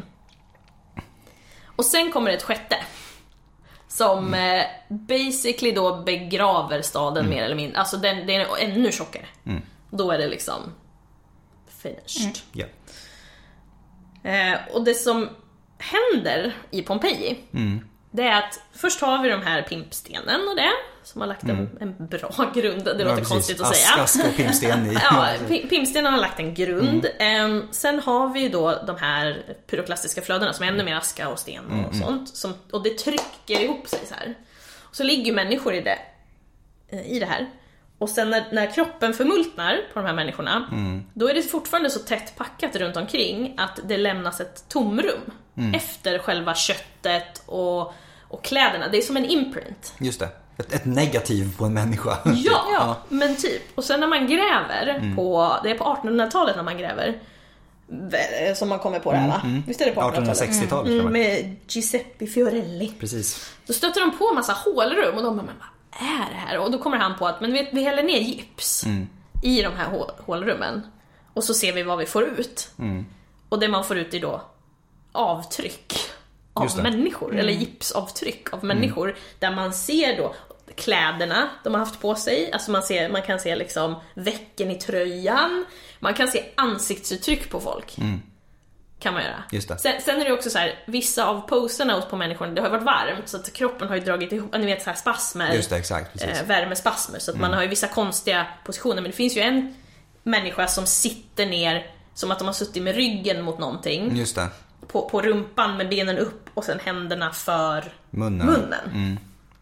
Och sen kommer ett sjätte. Som mm. eh, basically då begraver staden mm. mer eller mindre. Alltså den, den är ännu tjockare. Mm. Då är det liksom finished. Mm. Yeah. Eh, och det som händer i Pompeji, mm. det är att först har vi de här pimpstenen och det som har lagt en, mm. en bra grund. Det ja, låter precis. konstigt att Ask, säga. Ask och pimpsten i. Ja, pimpstenen har lagt en grund. Mm. Eh, sen har vi då de här pyroklastiska flödena som är ännu mer aska och sten och mm. sånt. Som, och det trycker ihop sig så här. Och så ligger människor i det, i det här. Och sen när, när kroppen förmultnar på de här människorna, mm. då är det fortfarande så tätt packat runt omkring att det lämnas ett tomrum mm. efter själva köttet och, och kläderna. Det är som en imprint. Just det. Ett, ett negativ på en människa. Ja, ja, men typ. Och sen när man gräver mm. på, det är på artonhundratalet när man gräver, som man kommer på det här, va? Mm. Visst är det på artonhundrasextiotalet? Mm. Mm, med Giuseppe Fiorelli. Precis. Då stöter de på en massa hålrum och de bara, men vad är det här? Och då kommer han på att, men vi, vi häller ner gips mm. i de här hål, hålrummen. Och så ser vi vad vi får ut. Mm. Och det man får ut är då avtryck av människor, mm. eller gipsavtryck av människor, mm. där man ser då kläderna de har haft på sig, alltså man, ser, man kan se liksom vecken i tröjan, man kan se ansiktsuttryck på folk, mm. kan man göra. Just det. Sen, sen är det också så här, vissa av poserna på människorna, det har varit varmt så att kroppen har ju dragit ihop, ni vet så här spasmer. Just det, exakt, precis. Eh, värmespasmer, så att mm. man har ju vissa konstiga positioner, men det finns ju en människa som sitter ner som att de har suttit med ryggen mot någonting. Just det. På, på rumpan med benen upp och sen händerna för munnen. munnen. Mm.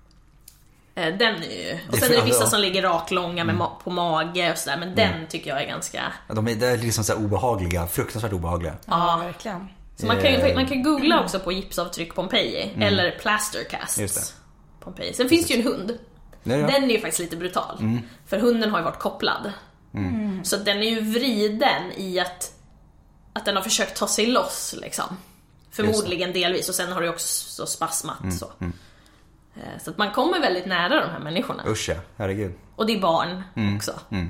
Den är ju... Och sen är det vissa som ligger raklånga med ma- på mage och sådär, men den mm. tycker jag är ganska... Ja, de är, det är liksom så här obehagliga, fruktansvärt obehagliga. Ja, ja, verkligen. Så man kan ju man kan googla också på gipsavtryck Pompeji mm. eller plaster casts Pompeji. Sen finns det ju en hund. Ja, ja. Den är ju faktiskt lite brutal. Mm. För hunden har ju varit kopplad. Mm. Så den är ju vriden i att att den har försökt ta sig loss liksom. Förmodligen delvis, och sen har det också så spasmat mm. så. Mm. Så att man kommer väldigt nära de här människorna. Usch ja, herregud. Och det är barn mm. också. Mm.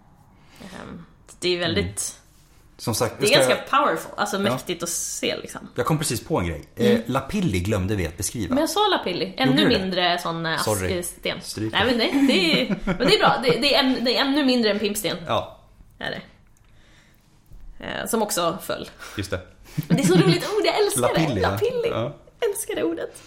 Det är väldigt mm. Som sagt, det är ganska jag... powerful, alltså mäktigt ja. Att se liksom. Jag kom precis på en grej. mm. eh, Lapilli glömde vi att beskriva. Men jag sa Lapilli, ännu mindre sån asksten. Nej men nej, det är, men det är bra, det, det, är en, det är ännu mindre än pimpsten. Ja. Är det. Eh, som också föll. Just det. Men det är så roligt ord, jag älskar Lapilli, det. ja. Lapilli. Ja. Älskar det ordet.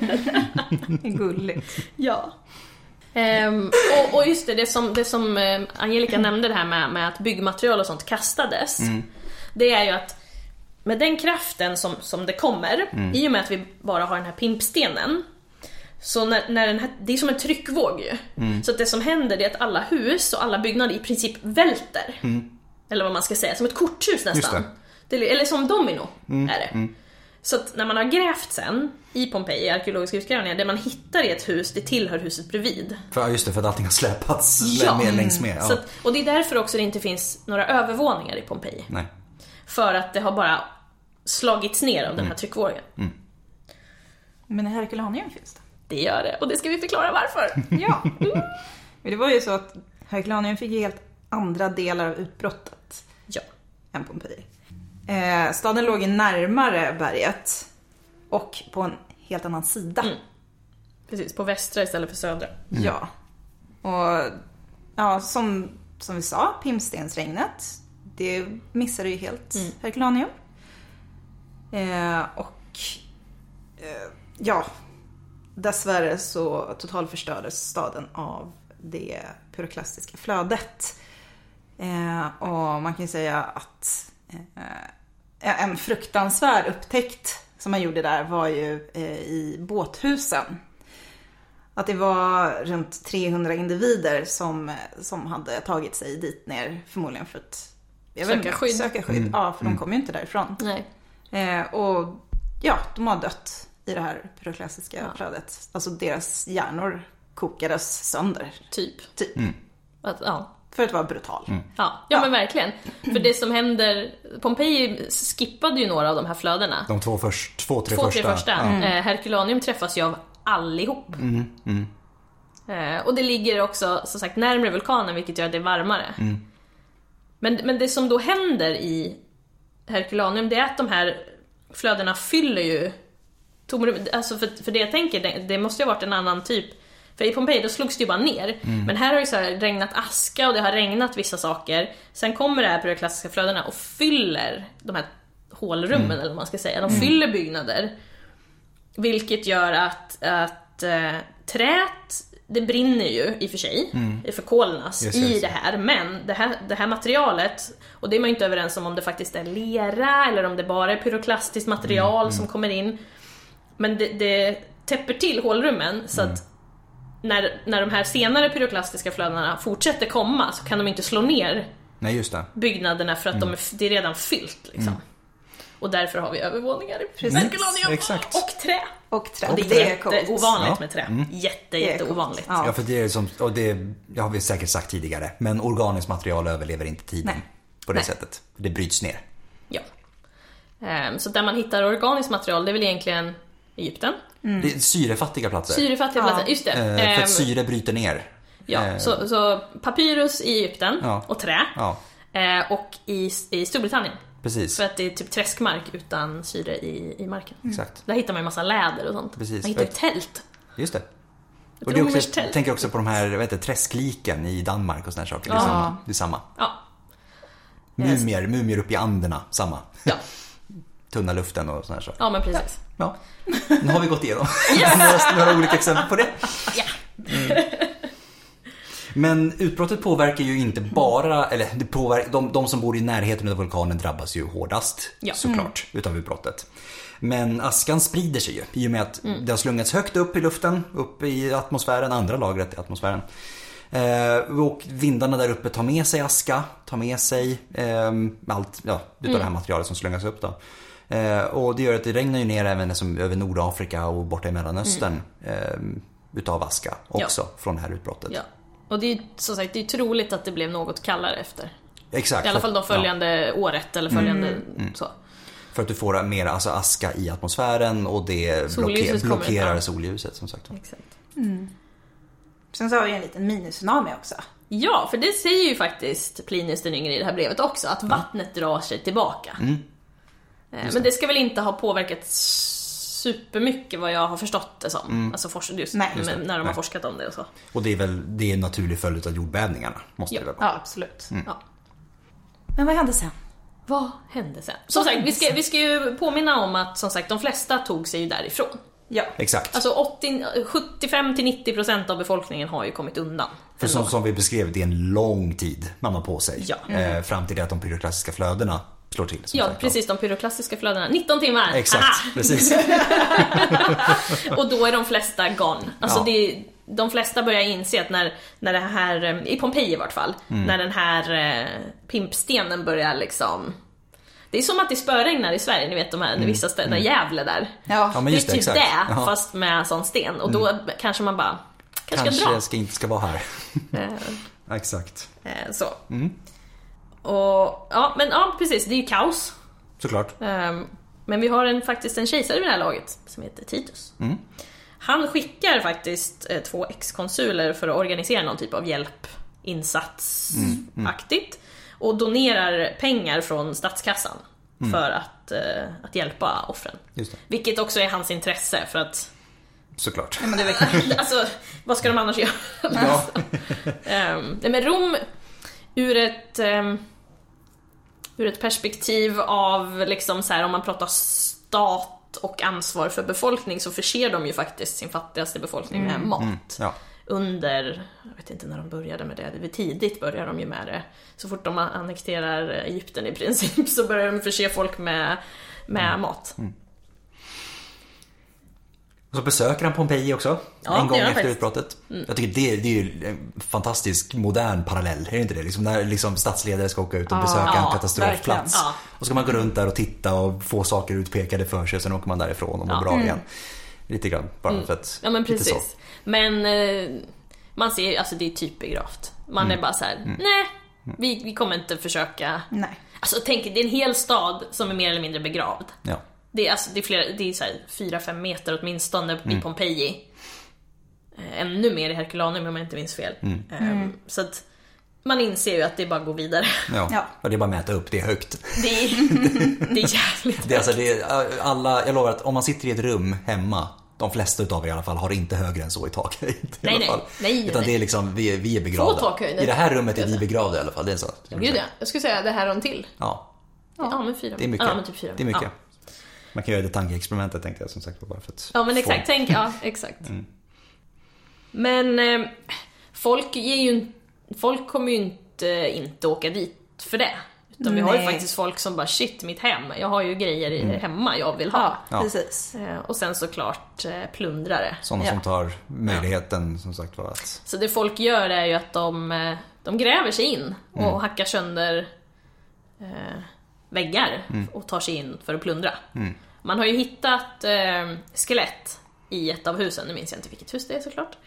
Gulligt. Ja. Um, och, och just det, det som, det som uh, Angelica nämnde det här med, med att byggmaterial och sånt kastades. Mm. Det är ju att med den kraften som, som det kommer, mm. i och med att vi bara har den här pimpstenen, så när, när den här, det är som en tryckvåg ju. Mm. Så att det som händer är att alla hus och alla byggnader i princip välter. Mm. Eller vad man ska säga, som ett korthus nästan. Det. Det, eller som domino mm. är det. Mm. Så att när man har grävt sen i Pompeji, arkeologiska utgrävningar, det man hittar i ett hus, det tillhör huset bredvid. För, just det, för att allting har släpats ja. med längs med. Ja. Så att, och det är därför också det inte finns några övervåningar i Pompeji. Nej. För att det har bara slagits ner av mm. den här tryckvågen. Mm. Men i Herculaneum finns det. Det gör det, och det ska vi förklara varför. Ja. Mm. Men det var ju så att Herculaneum fick helt andra delar av utbrottet. Ja. Än Pompeji. Eh, staden låg närmare berget och på en helt annan sida. Mm. Precis, på västra istället för södra. Mm. Ja. Och ja, som, som vi sa, pimpstensregnet, det missade ju helt mm. Herculaneum. Eh, och eh, ja, dessvärre så totalförstördes staden av det pyroklastiska flödet. Eh, och man kan ju säga att eh, en fruktansvärd upptäckt som man gjorde där var ju eh, i båthusen. Att det var runt trehundra individer som, som hade tagit sig dit ner, förmodligen för att jag söka vet, skydd. Söka skydd. Mm. Ja, för de kom ju inte därifrån. Nej. Eh, och ja, de har dött i det här pyroklastiska ja. flödet. Alltså deras hjärnor kokades sönder. Typ. Typ. Mm. Att, ja. För att vara brutal. Mm. Ja, ja, ja, men verkligen. För det som händer... Pompeji skippade ju några av de här flödena. De två, först, två tre två, första. Tre första. Mm. Eh, Herculaneum träffas ju av allihop. Mm. Mm. Eh, och det ligger också, som sagt, närmare vulkanen, vilket gör att det är varmare. Mm. Men, men det som då händer i Herculaneum, det är att de här flödena fyller ju tomrum. Alltså för, för det jag tänker, det, det måste ju ha varit en annan typ. För i Pompeji då slogs det ju bara ner. Mm. Men här har ju så här regnat aska och det har regnat vissa saker. Sen kommer det här pyroklastiska flödena och fyller de här hålrummen, mm. eller vad man ska säga. De mm. fyller byggnader. Vilket gör att, att äh, trät, det brinner ju i och för sig. Mm. Det förkolnas yes, i yes. det här. Men det här, det här materialet, och det är man ju inte överens om om det faktiskt är lera eller om det bara är pyroklastiskt material mm. som kommer in. Men det, det täpper till hålrummen så mm. att När, när de här senare pyroklastiska flödena fortsätter komma så kan de inte slå ner Nej, just det. byggnaderna för att mm. de är, det är redan fyllt liksom. Mm. Och därför har vi övervåningar i Herculaneum och trä. Och trä. Och det är jätteovanligt ja. med trä. Mm. Jätte, jätteovanligt. Ja. ja, för det är som, och det, det har vi säkert sagt tidigare, men organiskt material överlever inte tiden Nej. på det Nej. sättet. Det bryts ner. Ja. Um, så där man hittar organiskt material, det är väl egentligen Egypten. Mm. Det är syrefattiga platser. Syrefattiga platser, just det. Eh, för att syre bryter ner. Ja, eh. så, så papyrus i Egypten ja. och trä. Ja. Eh, och i, i Storbritannien. Precis. För att det är typ träskmark utan syre i, i marken. Mm. Exakt. Där hittar man ju massa läder och sånt. Precis. Man hittar ju tält. Just det. Och det är också, jag tänker också på de här, vad heter det, träskliken i Danmark och såna här saker. Det är, ja. samma, det är samma. Ja. Mumier, mumier upp i Anderna, samma. Ja. Tunna luften och såna här saker. Ja, men precis. Ja. Nu har vi gått igenom yes. några, några olika exempel på det. Ja. Mm. Men utbrottet påverkar ju inte bara, eller det påverkar, de, de som bor i närheten av vulkanen drabbas ju hårdast, ja. såklart, mm. utav utbrottet. Men askan sprider sig ju i och med att mm. det har slungats högt upp i luften, upp i atmosfären, andra lagret i atmosfären. Eh, och vindarna där uppe tar med sig aska, tar med sig eh, allt, ja, utav mm. det här materialet som slungas upp då. Eh, och det gör att det regnar ju ner även som över Nordafrika och borta i Mellanöstern mm. eh, utav aska också ja. från det här utbrottet. Ja. Och det är som sagt, det är troligt att det blev något kallare efter. Exakt. I alla fall de följande ja. året eller följande mm. så. För att du får mer alltså aska i atmosfären och det blocker, blockerar solljuset som sagt. Exakt. Mm. Sen så har vi en liten mini-tsunami också. Ja, för det säger ju faktiskt Plinius den yngre i det här brevet också, att vattnet drar sig tillbaka. Mm. Men det ska väl inte ha påverkat supermycket vad jag har förstått det som. Mm. Alltså forsk- just, Nej, just när de har Nej. forskat om det och så. Och det är väl det är en naturlig följd av jordbävningarna, måste ja. det väl vara. Ja, absolut. Mm. Ja. Men vad hände sen? Vad hände sen? Som sagt, vi ska, vi ska ju påminna om att som sagt, de flesta tog sig ju därifrån. Ja, exakt. Alltså åttio, sjuttiofem till nittio procent av befolkningen har ju kommit undan. För som, som vi beskrev, det är en lång tid man har på sig. Ja. Mm. Eh, fram till det att de pyroklassiska flödena slår till. Ja, sagt, precis. De pyroklassiska flödena. nitton timmar. Exakt, Aha! precis. Och då är de flesta gone. Alltså ja. det, de flesta börjar inse att när, när det här, i Pompeji i vart fall, mm. när den här eh, pimpstenen börjar liksom... Det är som att det spöregnar i Sverige, ni vet de här, mm. vissa ställen, mm. Gävle där. Ja. Ja, men just det är typ det, det, Jaha. fast med sån sten. Och då mm. kanske man bara, kanske, kanske ska dra. jag ska inte ska vara här. Exakt. Eh, så. Mm. Och, ja, men ja, precis, det är ju kaos. Såklart. Um, men vi har en, faktiskt en kejsare vid det här laget som heter Titus. Mm. Han skickar faktiskt eh, två ex-konsuler för att organisera någon typ av hjälpinsatsaktigt. Mm. Mm. Och donerar pengar från statskassan mm. för att, eh, att hjälpa offren. Just det. Vilket också är hans intresse för att... Såklart. Ja, men det är alltså, vad ska de annars göra? Ja. um, men Rom, ur ett... Um, ur ett perspektiv av liksom så här, om man pratar stat och ansvar för befolkning, så förser de ju faktiskt sin fattigaste befolkning med mm. mat. Mm. Ja. Under, jag vet inte när de började med det, det var tidigt började de ju med det. Så fort de annekterar Egypten i princip så börjar de förse folk med, med mm. mat. Mm. Och så besöker han Pompeji också, ja, en gång efter faktiskt. utbrottet. Mm. Jag tycker det, det är ju en fantastisk modern parallell, är det inte det? Liksom när liksom statsledare ska åka ut och ah, besöka ja, en katastrofplats. Ja. Och ska man gå runt där och titta och få saker utpekade för sig, och sen åker man därifrån och mår ja. bra mm. igen. Lite grann, bara mm. för att... Ja, men precis. Men eh, man ser, alltså det är typ begravt. Man mm. är bara så här: mm. nej, vi, vi kommer inte försöka. Nej. Alltså tänk, det är en hel stad som är mer eller mindre begravd. Ja. Det är, alltså, det är, flera, det är så här fyra fem meter åtminstone mm. i Pompeji. Eh, ännu mer i Herculaneum om jag inte minns fel. Mm. Eh, så att man inser ju att det är bara att gå vidare. Ja, ja. Och det är bara att mäta upp, det är högt. Det är, det är jävligt det är, alltså, det är alla, jag lovar att om man sitter i ett rum hemma, de flesta utav er i alla fall har inte högre än så i takhöjd. Nej, nej, nej. Utan nej. det är liksom, vi är, vi är begravda. I det här rummet är vi begravda i alla fall. Det är så. Ja, gud ja. Jag skulle säga det här om till. Ja. Ja, ja men fyra. Det är mycket. Ja, men typ fyra. Det är mycket. Ja. Man kan göra det tankeexperimentet, tänkte jag som sagt bara för att ja, men exakt. få... Tänk, ja, exakt. Mm. Men eh, folk ger ju folk kommer ju inte inte åka dit för det. Utan Nej. vi har ju faktiskt folk som bara shit, mitt hem. Jag har ju grejer i mm. hemma jag vill ha. Ja, precis. Eh, och sen såklart eh, plundrare. Sådana ja. som tar möjligheten som sagt var att... Så det folk gör är ju att de, eh, de gräver sig in och mm. hackar sönder eh, väggar mm. och tar sig in för att plundra. Mm. Man har ju hittat eh, skelett i ett av husen, nu minns jag inte vilket hus det är såklart.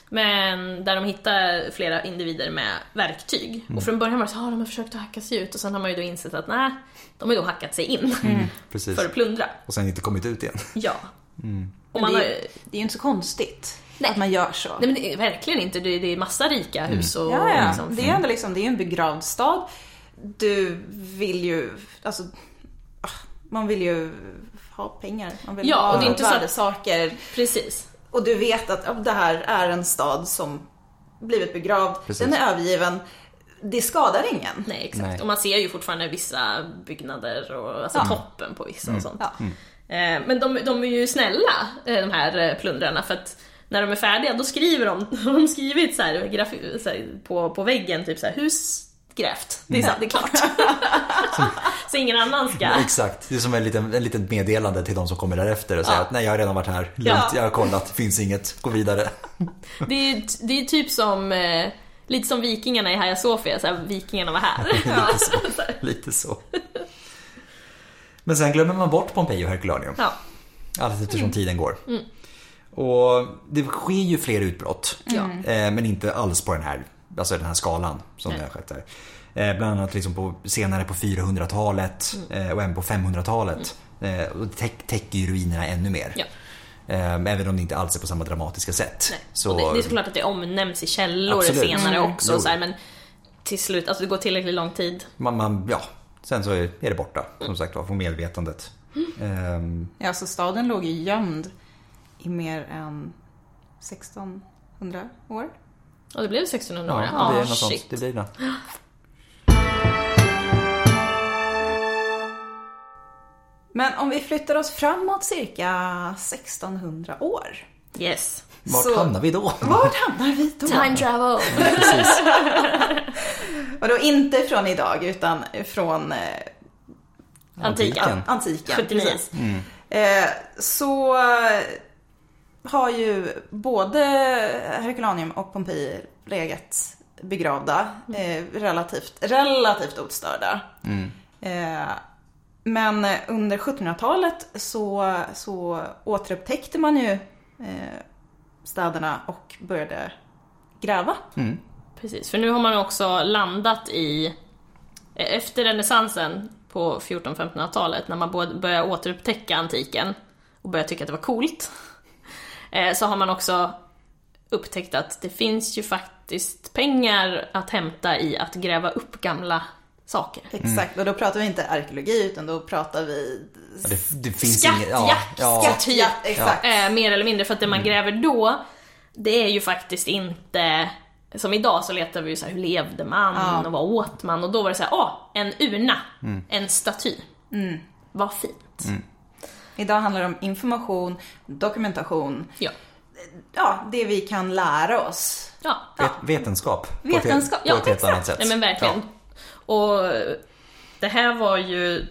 Men där de hittar flera individer med verktyg. Mm. Och från början var det så, ah, de har försökt att hacka sig ut. Och sen har man ju då insett att nej, de har ju då hackat sig in mm. för att plundra. Och sen inte kommit ut igen. Ja. Mm. Och man det, är, har, det är ju inte så konstigt nej. Att man gör så. Nej, men det är verkligen inte. Det är, det är massa rika hus. Och, ja, ja. Liksom, det är ändå liksom, det är en begravd stad. Du vill ju, alltså, man vill ju ha pengar. Man vill ja, ha och det är inte värdesaker. Precis. Och du vet att ja, det här är en stad som blivit begravd. Precis. Den är övergiven. Det skadar ingen. Nej, exakt. Nej. Och man ser ju fortfarande vissa byggnader och alltså ja. toppen på vissa mm. och sånt. Ja. Mm. Eh, men de, de är ju snälla, de här plundrarna, för att när de är färdiga, då skriver de, de har skrivit så här, graf, så här, på, på väggen, typ så här, hus grävt. Det är, mm. så, det är klart. Så ingen annan ska. Ja, exakt. Det är som en liten, en liten meddelande till de som kommer därefter och säger ja. att nej, jag har redan varit här. Lugnt, ja. jag har kollat, det finns inget. Gå vidare. Det är, det är typ som eh, lite som vikingarna i Hagia Sophia, så här, vikingarna var här. Lite så. Lite så. Men sen glömmer man bort Pompeji och Herculaneum. Ja. Allt eftersom mm. tiden går. Mm. Och det sker ju fler utbrott. Mm. Eh, men inte alls på den här, alltså den här skalan som det har skett där. Eh, bland annat liksom på, senare på fyrahundratalet mm. eh, och även på femhundratalet. Mm. Eh, och det täck, täcker ju ruinerna ännu mer. Ja. Eh, även om det inte alls är på samma dramatiska sätt. Nej. Så, det, det är såklart att det omnämns i källor absolut. senare Mm. också. Så här, men till slut, alltså det går tillräckligt lång tid. Man, man, ja, sen så är, är det borta, som sagt var, från medvetandet. Mm. Um, ja, så staden låg ju gömd i mer än sextonhundra år. Ja, det blev sextonhundra år. Ja, ja, det blir oh, något sånt. shit. Det blir det. Men om vi flyttar oss framåt cirka sextonhundra år. Yes. Vart så, hamnar vi då? Vart hamnar vi då? Time travel. Precis. Och då inte från idag, utan från eh, antiken. Antiken. sjuttionio. Mm. Eh, så har ju både Herculaneum och Pompeji legat begravda, eh, relativt, relativt ostörda. Mm. Eh, men under sjuttonhundratalet så, så återupptäckte man ju eh, städerna och började gräva. Mm. Precis, för nu har man också landat i, efter renässansen på fjorton-femtonhundratalet, när man började återupptäcka antiken och började tycka att det var coolt, så har man också upptäckt att det finns ju faktiskt pengar att hämta i att gräva upp gamla saker. Exakt, och då pratar vi inte arkeologi, utan då pratar vi ja, det, det finns skattjakt, ingen, ja, ja. skattjakt, exakt. Ja. Eh, mer eller mindre, för att det man gräver då, det är ju faktiskt inte som idag, så letar vi ju så här, hur levde man ja. och vad åt man, och då var det så här, åh, en urna, mm. en staty. Mm. Vad fint. Mm. Idag handlar det om information, dokumentation. Ja. Ja, det vi kan lära oss. Ja. Vet, vetenskap. Vetenskap, på ett, på ett ja, helt annat sätt. Nej, men verkligen. Ja. Och det här var ju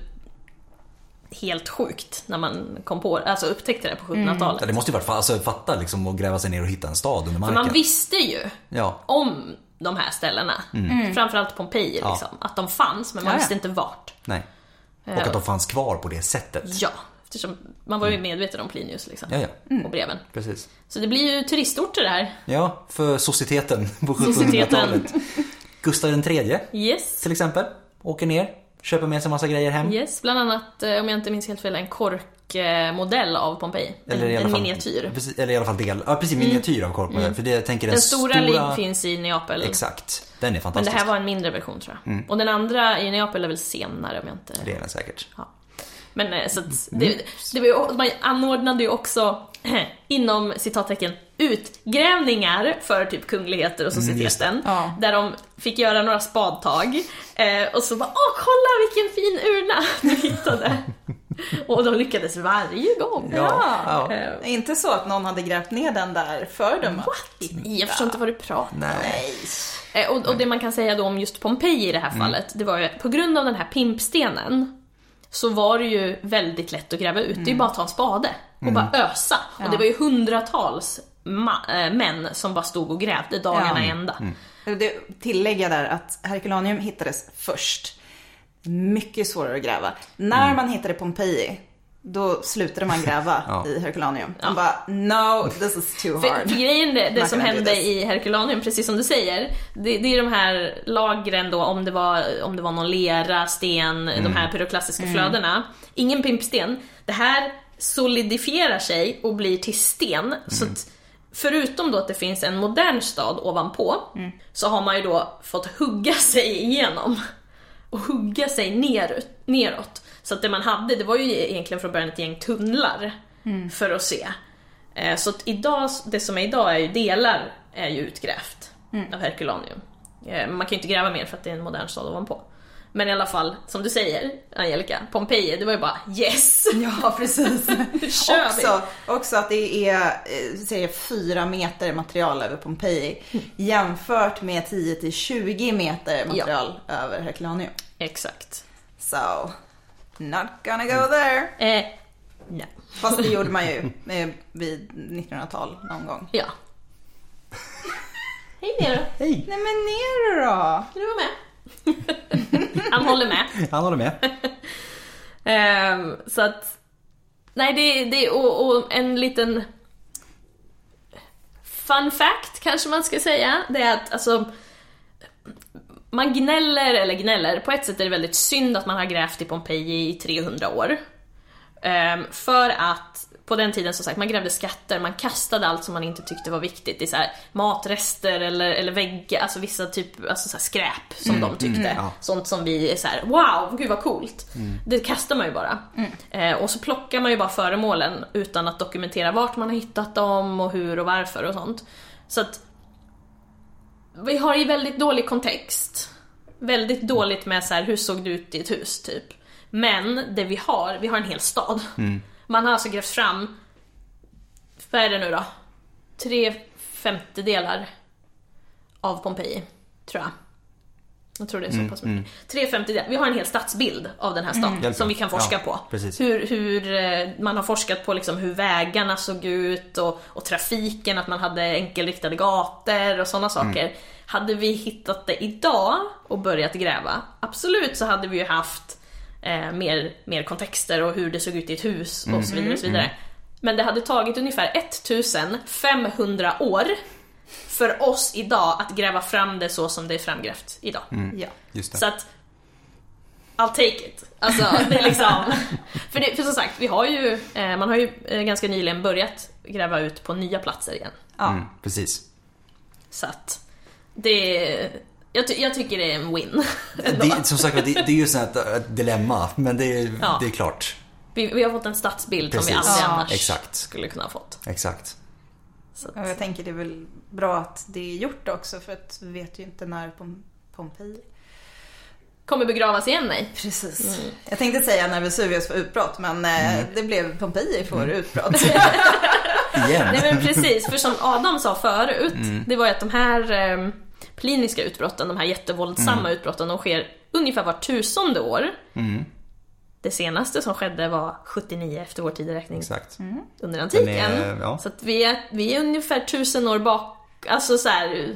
helt sjukt när man kom på, alltså upptäckte det på sjuttonhundratalet. Mm. Ja, det måste ju vara alltså, fatta liksom att gräva sig ner och hitta en stad under marken. För man visste ju ja. om de här ställena. Mm. Framförallt Pompeji liksom, ja. att de fanns, men man ja, visste inte vart. Nej. Och att de fanns kvar på det sättet. Ja, eftersom man var ju medveten om Plinius liksom, ja, ja. Mm. och breven. Precis. Så det blir ju turistorter det här. Ja, för societeten på sjuttonhundratalet. Gustav den tredje yes. till exempel åker ner, köper med sig en massa grejer hem. Yes, bland annat, om jag inte minns helt fel, en korkmodell av Pompeji. Eller en, i alla en fall, miniatyr. Precis, eller i alla fall del, ja precis, miniatyr av korkmodell. Mm. För det, jag tänker, den, den stora, stora ligg finns i Neapel. Exakt, den är fantastisk. Men det här var en mindre version, tror jag. Mm. Och den andra i Neapel är väl senare, om jag inte... Det är den säkert. Ja. Men så att det, det var ju, man anordnade ju också inom citattecken utgrävningar för typ kungligheter och societeten, mm, ja. där de fick göra några spadtag eh, och så bara, åh kolla vilken fin urna du hittade. Och de lyckades varje gång. Ja, ja. Eh, inte så att någon hade grävt ner den där för dem. What? Jag förstår inte vad du pratar. Nej. Eh, och, och det man kan säga då om just Pompeji i det här mm. fallet, det var ju på grund av den här pimpstenen, så var det ju väldigt lätt att gräva ut. Mm. Det är ju bara att ta en spade och mm. bara ösa. Ja. Och det var ju hundratals ma- äh, män som bara stod och grävde dagarna ja. ända. Mm. Det tillägga där att Herculaneum hittades först. Mycket svårare att gräva. När mm. man hittade Pompeji, då slutade man gräva Ja. i Herculaneum. Ja. Man bara, no, this is too För, hard. för grejen, det, det Man som kan hände inte i Herculaneum, precis som du säger, det, det är de här lagren då, om det var, om det var någon lera, sten, de här pyroklastiska flödena. Ingen pimpsten. Det här solidifierar sig och blir till sten. Så att, förutom då att det finns en modern stad ovanpå, så har man ju då fått hugga sig igenom och hugga sig ner, neråt. Så att det man hade, det var ju egentligen från början ett gäng tunnlar för att se. Eh, Så att idag, det som är idag är ju delar är ju utgrävt av Herculaneum. Eh, Man kan ju inte gräva mer för att det är en modern stad ovanpå. Men i alla fall, som du säger, Angelica, Pompeji, det var ju bara yes! Ja, precis. kör vi. också, också att det är eh, säger fyra meter material över Pompeji jämfört med tio till tjugo meter material över Herculaneum. Exakt. So, not gonna go there. Eh, nej. Fast det gjorde man ju eh, vid nittonhundratal någon gång. Ja. Hej Nero, Hej! Nej men ner då! kan du vara med? Han håller med. Han håller med. Ehm, så att nej, det, det och, och en liten fun fact kanske man ska säga, det är att alltså man gnäller eller gnäller på ett sätt är det väldigt synd att man har grävt i Pompeji i trehundra år. Ehm, för att på den tiden, som sagt, man grävde skatter, man kastade allt som man inte tyckte var viktigt. Det är så här matrester eller, eller väggar, alltså vissa typ alltså så här skräp som de tyckte. mm, ja. Sånt som vi är så här: wow, gud vad coolt. Det kastar man ju bara. Eh, och så plockar man ju bara föremålen utan att dokumentera vart man har hittat dem och hur och varför och sånt. Så att vi har ju väldigt dålig kontext. Väldigt dåligt med så här, hur såg det ut i ett hus typ. Men det vi har, vi har en hel stad. Man har alltså grävt fram, vad är det nu då? Tre femtedelar av Pompeji, tror jag. Jag tror det är så pass mycket. Tre femtedelar. Vi har en hel stadsbild av den här staden Mm. som vi kan forska Ja, på. precis. Hur, hur eh, man har forskat på liksom hur vägarna såg ut och, och trafiken, att man hade enkelriktade gator och sådana saker. Hade vi hittat det idag och börjat gräva, absolut så hade vi ju haft Eh, mer, mer kontexter och hur det såg ut i ett hus och så vidare och så vidare. Men det hade tagit ungefär femtonhundra år för oss idag att gräva fram det så som det är framgrävt idag. Ja. Just det. Så att I'll take it. Alltså, det är liksom för, det, för som sagt, vi har ju eh, man har ju eh, ganska nyligen börjat gräva ut på nya platser igen. Ja. Mm, precis. Så att det jag, ty- jag tycker det är en win. Det, som sagt, det, det är ju så ett, ett dilemma, men det är, Ja. det är klart. Vi, vi har fått en stadsbild som vi Precis. aldrig Ja. annars Exakt. skulle kunna ha fått. Exakt. Så att, Och jag tänker det är väl bra att det är gjort också, för att vi vet ju inte när Pom- Pompeji. kommer begravas igen, nej. Precis. Jag tänkte säga när Vesuvius får utbrott, men eh, det blev Pompeji får utbrott. Igen. Nej men precis, för som Adam sa förut, det var ju att de här eh, pliniska utbrotten, de här jättevåldsamma utbrotten, de sker ungefär var tusende år. Det senaste som skedde var sjuttionio efter vår tideräkning Exakt. under antiken. Den är- ja. Så att vi är, vi är ungefär tusen år bak. Alltså så här,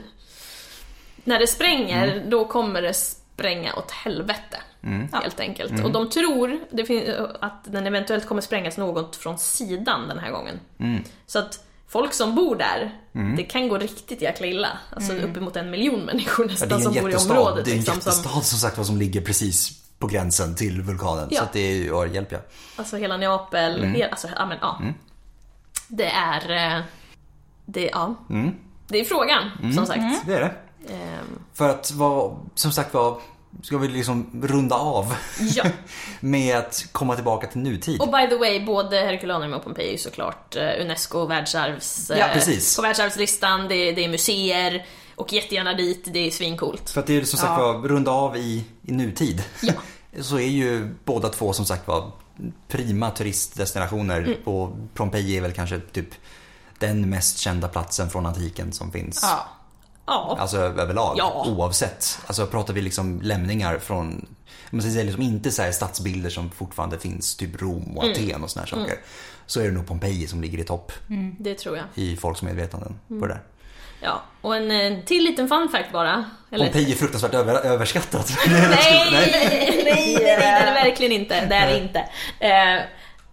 när det spränger, då kommer det spränga åt helvete. Helt enkelt. Och de tror det fin- att den eventuellt kommer sprängas något från sidan den här gången. Så att folk som bor där, det kan gå riktigt jäkla illa. Alltså uppemot en miljon människor Ja, nästan det är en som bor i jättestad. området. Det är en liksom, jättestad som, som sagt vad som ligger precis på gränsen till vulkanen. Ja. Så att det är, ja, hjälp ja. alltså hela Neapel, hela, alltså, ja, men, ja. Det är eh, det, ja. Det är frågan, som sagt. Det är det. Ehm, För att vara, som sagt var, ska vi liksom runda av ja. med att komma tillbaka till nutid. Och by the way, både Herculaneum och Pompeji är såklart eh, UNESCO världsarvs, Ja, eh, precis. på världsarvslistan, det, är- det är museer och jättegärna dit, det är svincoolt. För att det är som sagt Ja. var, runda av i, i nutid. Ja. Så är ju båda två som sagt var prima turistdestinationer. Mm. Och Pompeji är väl kanske typ den mest kända platsen från antiken som finns. Ja. Ja. Alltså överlag, Ja. oavsett. Alltså pratar vi liksom lämningar från, man ska säga liksom inte så här stadsbilder som fortfarande finns, typ Rom och Aten och såna här saker. Så är det nog Pompeji som ligger i topp Det tror jag. i folks medvetanden Mm. på det där. Ja. Och en eh, till liten fun fact bara. Eller, Pompeji är fruktansvärt över, överskattat. nej, nej, nej, det är det verkligen inte. Det är det inte. Eh,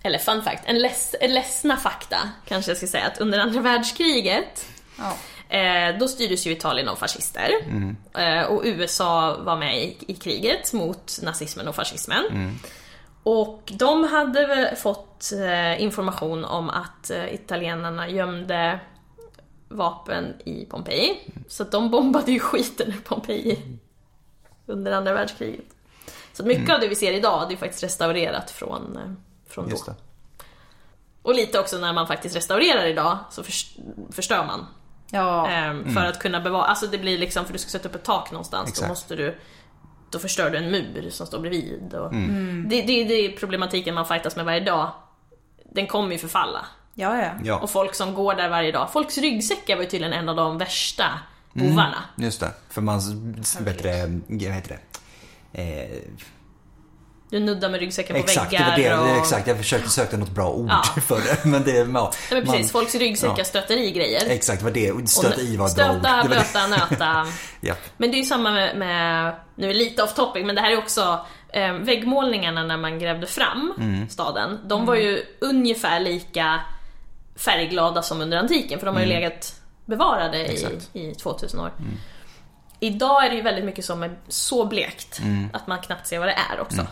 eller fun fact, en, leds, en ledsna fakta kanske jag ska säga, att under andra världskriget Ja. eh, då styrdes ju Italien av fascister. Mm. eh, och U S A var med i, i kriget mot nazismen och fascismen. Mm. Och de hade väl fått eh, information om att eh, italienarna gömde vapen i Pompeji. Så att de bombade ju skiten ur Pompeji under andra världskriget. Så mycket Mm. av det vi ser idag det är ju faktiskt restaurerat från, eh, från Just då. det. Och lite också när man faktiskt restaurerar idag så förs- förstör man. Ja. Ehm, för att kunna bevara, alltså det blir liksom, för du ska sätta upp ett tak någonstans, Exakt. då måste du, då förstör du en mur som står bredvid och det, det, det är problematiken man fightas med varje dag. Den kommer ju förfalla. Ja, ja. Ja. Och folk som går där varje dag, folks ryggsäckar var ju tydligen en av de värsta bovarna. Just det, för man bättre, vad heter det? Eh, Du nuddar med ryggsäcken på exakt, det väggar var det, och... det, exakt. Jag försökte söka något bra ord Ja. för det, men det, ja, Nej, men precis, man- folks ryggsäckar ja. stöter i grejer. Exakt, vad det, Och stöta i var ett bra ord. stöta, Det var det. blöta, nöta. Ja. Men det är ju samma med, med, nu är det lite off topic, men det här är också eh, väggmålningarna när man grävde fram Mm. staden. De var ju ungefär lika färgglada som under antiken, för de har ju legat bevarade i, Mm. Exakt. i tvåtusen år. Idag är det ju väldigt mycket som är så blekt Mm. att man knappt ser vad det är också.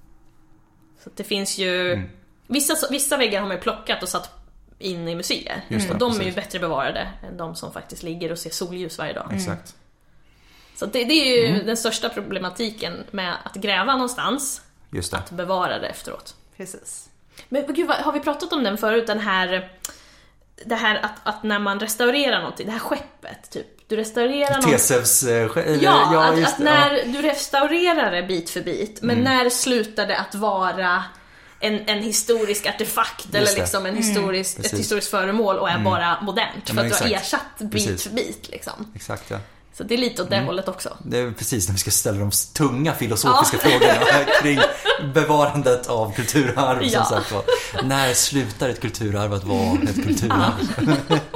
Så att det finns ju Mm. vissa, vissa väggar har man ju plockat och satt in i museer. Just det, och de är ju precis. bättre bevarade än de som faktiskt ligger och ser solljus varje dag. Exakt. Så det, det är ju Mm. den största problematiken med att gräva någonstans, Just det. att bevara det efteråt. Precis. Men gud, vad- har vi pratat om den förut? Den här, det här att, att när man restaurerar någonting, det här skeppet typ. Du restaurerar någonting. Tesevs, eh, sk- eller, Ja, att, just att det, när ja. du restaurerar det bit för bit, men när slutar det att vara en, en historisk artefakt eller det. liksom en historisk, ett Precis. historiskt föremål och är bara modernt Ja, för men att du har exakt. ersatt bit Precis. för bit liksom. Exakt, ja. Så det är lite åt det hållet också. Det är precis när vi ska ställa de tunga filosofiska frågorna kring bevarandet av kulturarv. Ja. Som sagt var. När slutar ett kulturarv att vara ett kulturarv?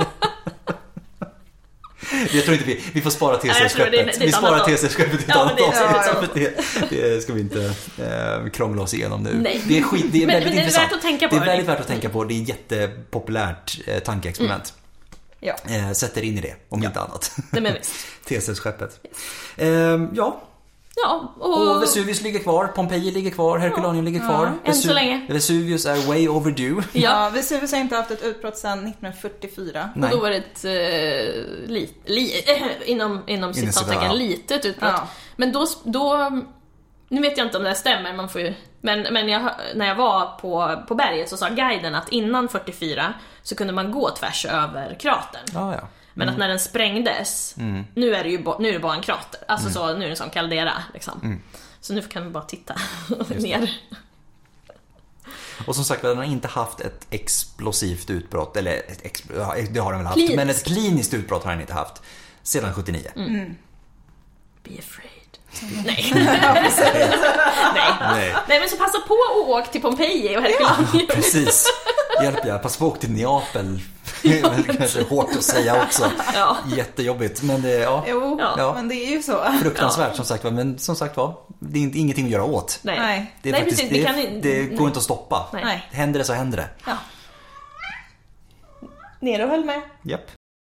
Jag tror inte vi, vi får spara Nej, jag tror det är- T C S-skeppet. det är Vi ett sparar annat T C S-skeppet i ett Ja, men annat det är ett avsnitt. annat För det, det ska vi inte eh, krångla oss igenom nu. Nej. Det är, skit, det är Men- väldigt men det är intressant. värt att tänka på, Det är väldigt hörni. värt att tänka på. Det är ett jättepopulärt eh, tankeexperiment. Ja. Eh, sätter in i det, om inte annat. Nej, men visst. T C S-skeppet. Eh, ja, Ja, och, och Vesuvius ligger kvar, Pompeji ligger kvar, Herculaneum ligger kvar. än så länge. Vesuvius är way overdue. ja, Ja, Vesuvius har inte haft ett utbrott sedan nittonhundrafyrtiofyra. och då var det ett eh, li, li, äh, inom, inom citattecken ja. litet utbrott. Ja. Men då, då, nu vet jag inte om det här stämmer, man får ju, men, men jag, när jag var på, på berget så sa guiden att innan fyrtiofyra så kunde man gå tvärs över kratern. Ja, ja. Men att när den sprängdes, nu är det ju ba, nu är det bara en krater. Alltså så, nu är det en sån kaldera liksom. Så nu kan vi bara titta ner. Och som sagt, den har inte haft ett explosivt utbrott. Eller ett ex, ja, det har den väl haft. Kliniskt. Men ett kliniskt utbrott har den inte haft. Sedan sjuttionio. Be afraid. Nej. Nej. Nej. Nej, men så passa på och åk till Pompeji och Herculaneum. Precis. Hjälp jag. Passa på att åka till Neapel. Det är väl kanske hårt att säga också. Ja. Jättejobbigt. Men det, ja. Jo, Ja. men det är ju så. Fruktansvärt som sagt var. Men som sagt var, det är inte, ingenting att göra åt. Nej. Nej. Det, är Nej, faktiskt, precis, vi det, kan det, in- det nej. går inte att stoppa. Nej. Nej. Händer det så händer det. Ja. Ner och höll med. Japp.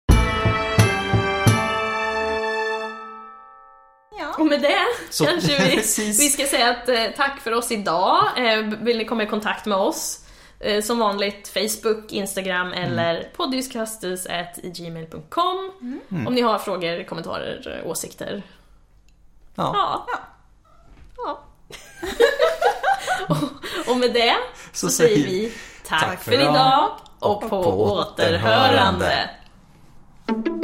Ja. Och med det Så- kanske vi, precis. vi ska säga att eh, tack för oss idag. Eh, vill ni komma i kontakt med oss? Eh, som vanligt Facebook, Instagram eller poddiscastus at gmail dot com. Om ni har frågor, kommentarer, åsikter. Ja. Ja. Ja. och, och med det så, Så säger säger vi tack, tack för för idag idag och på, på återhörande. återhörande.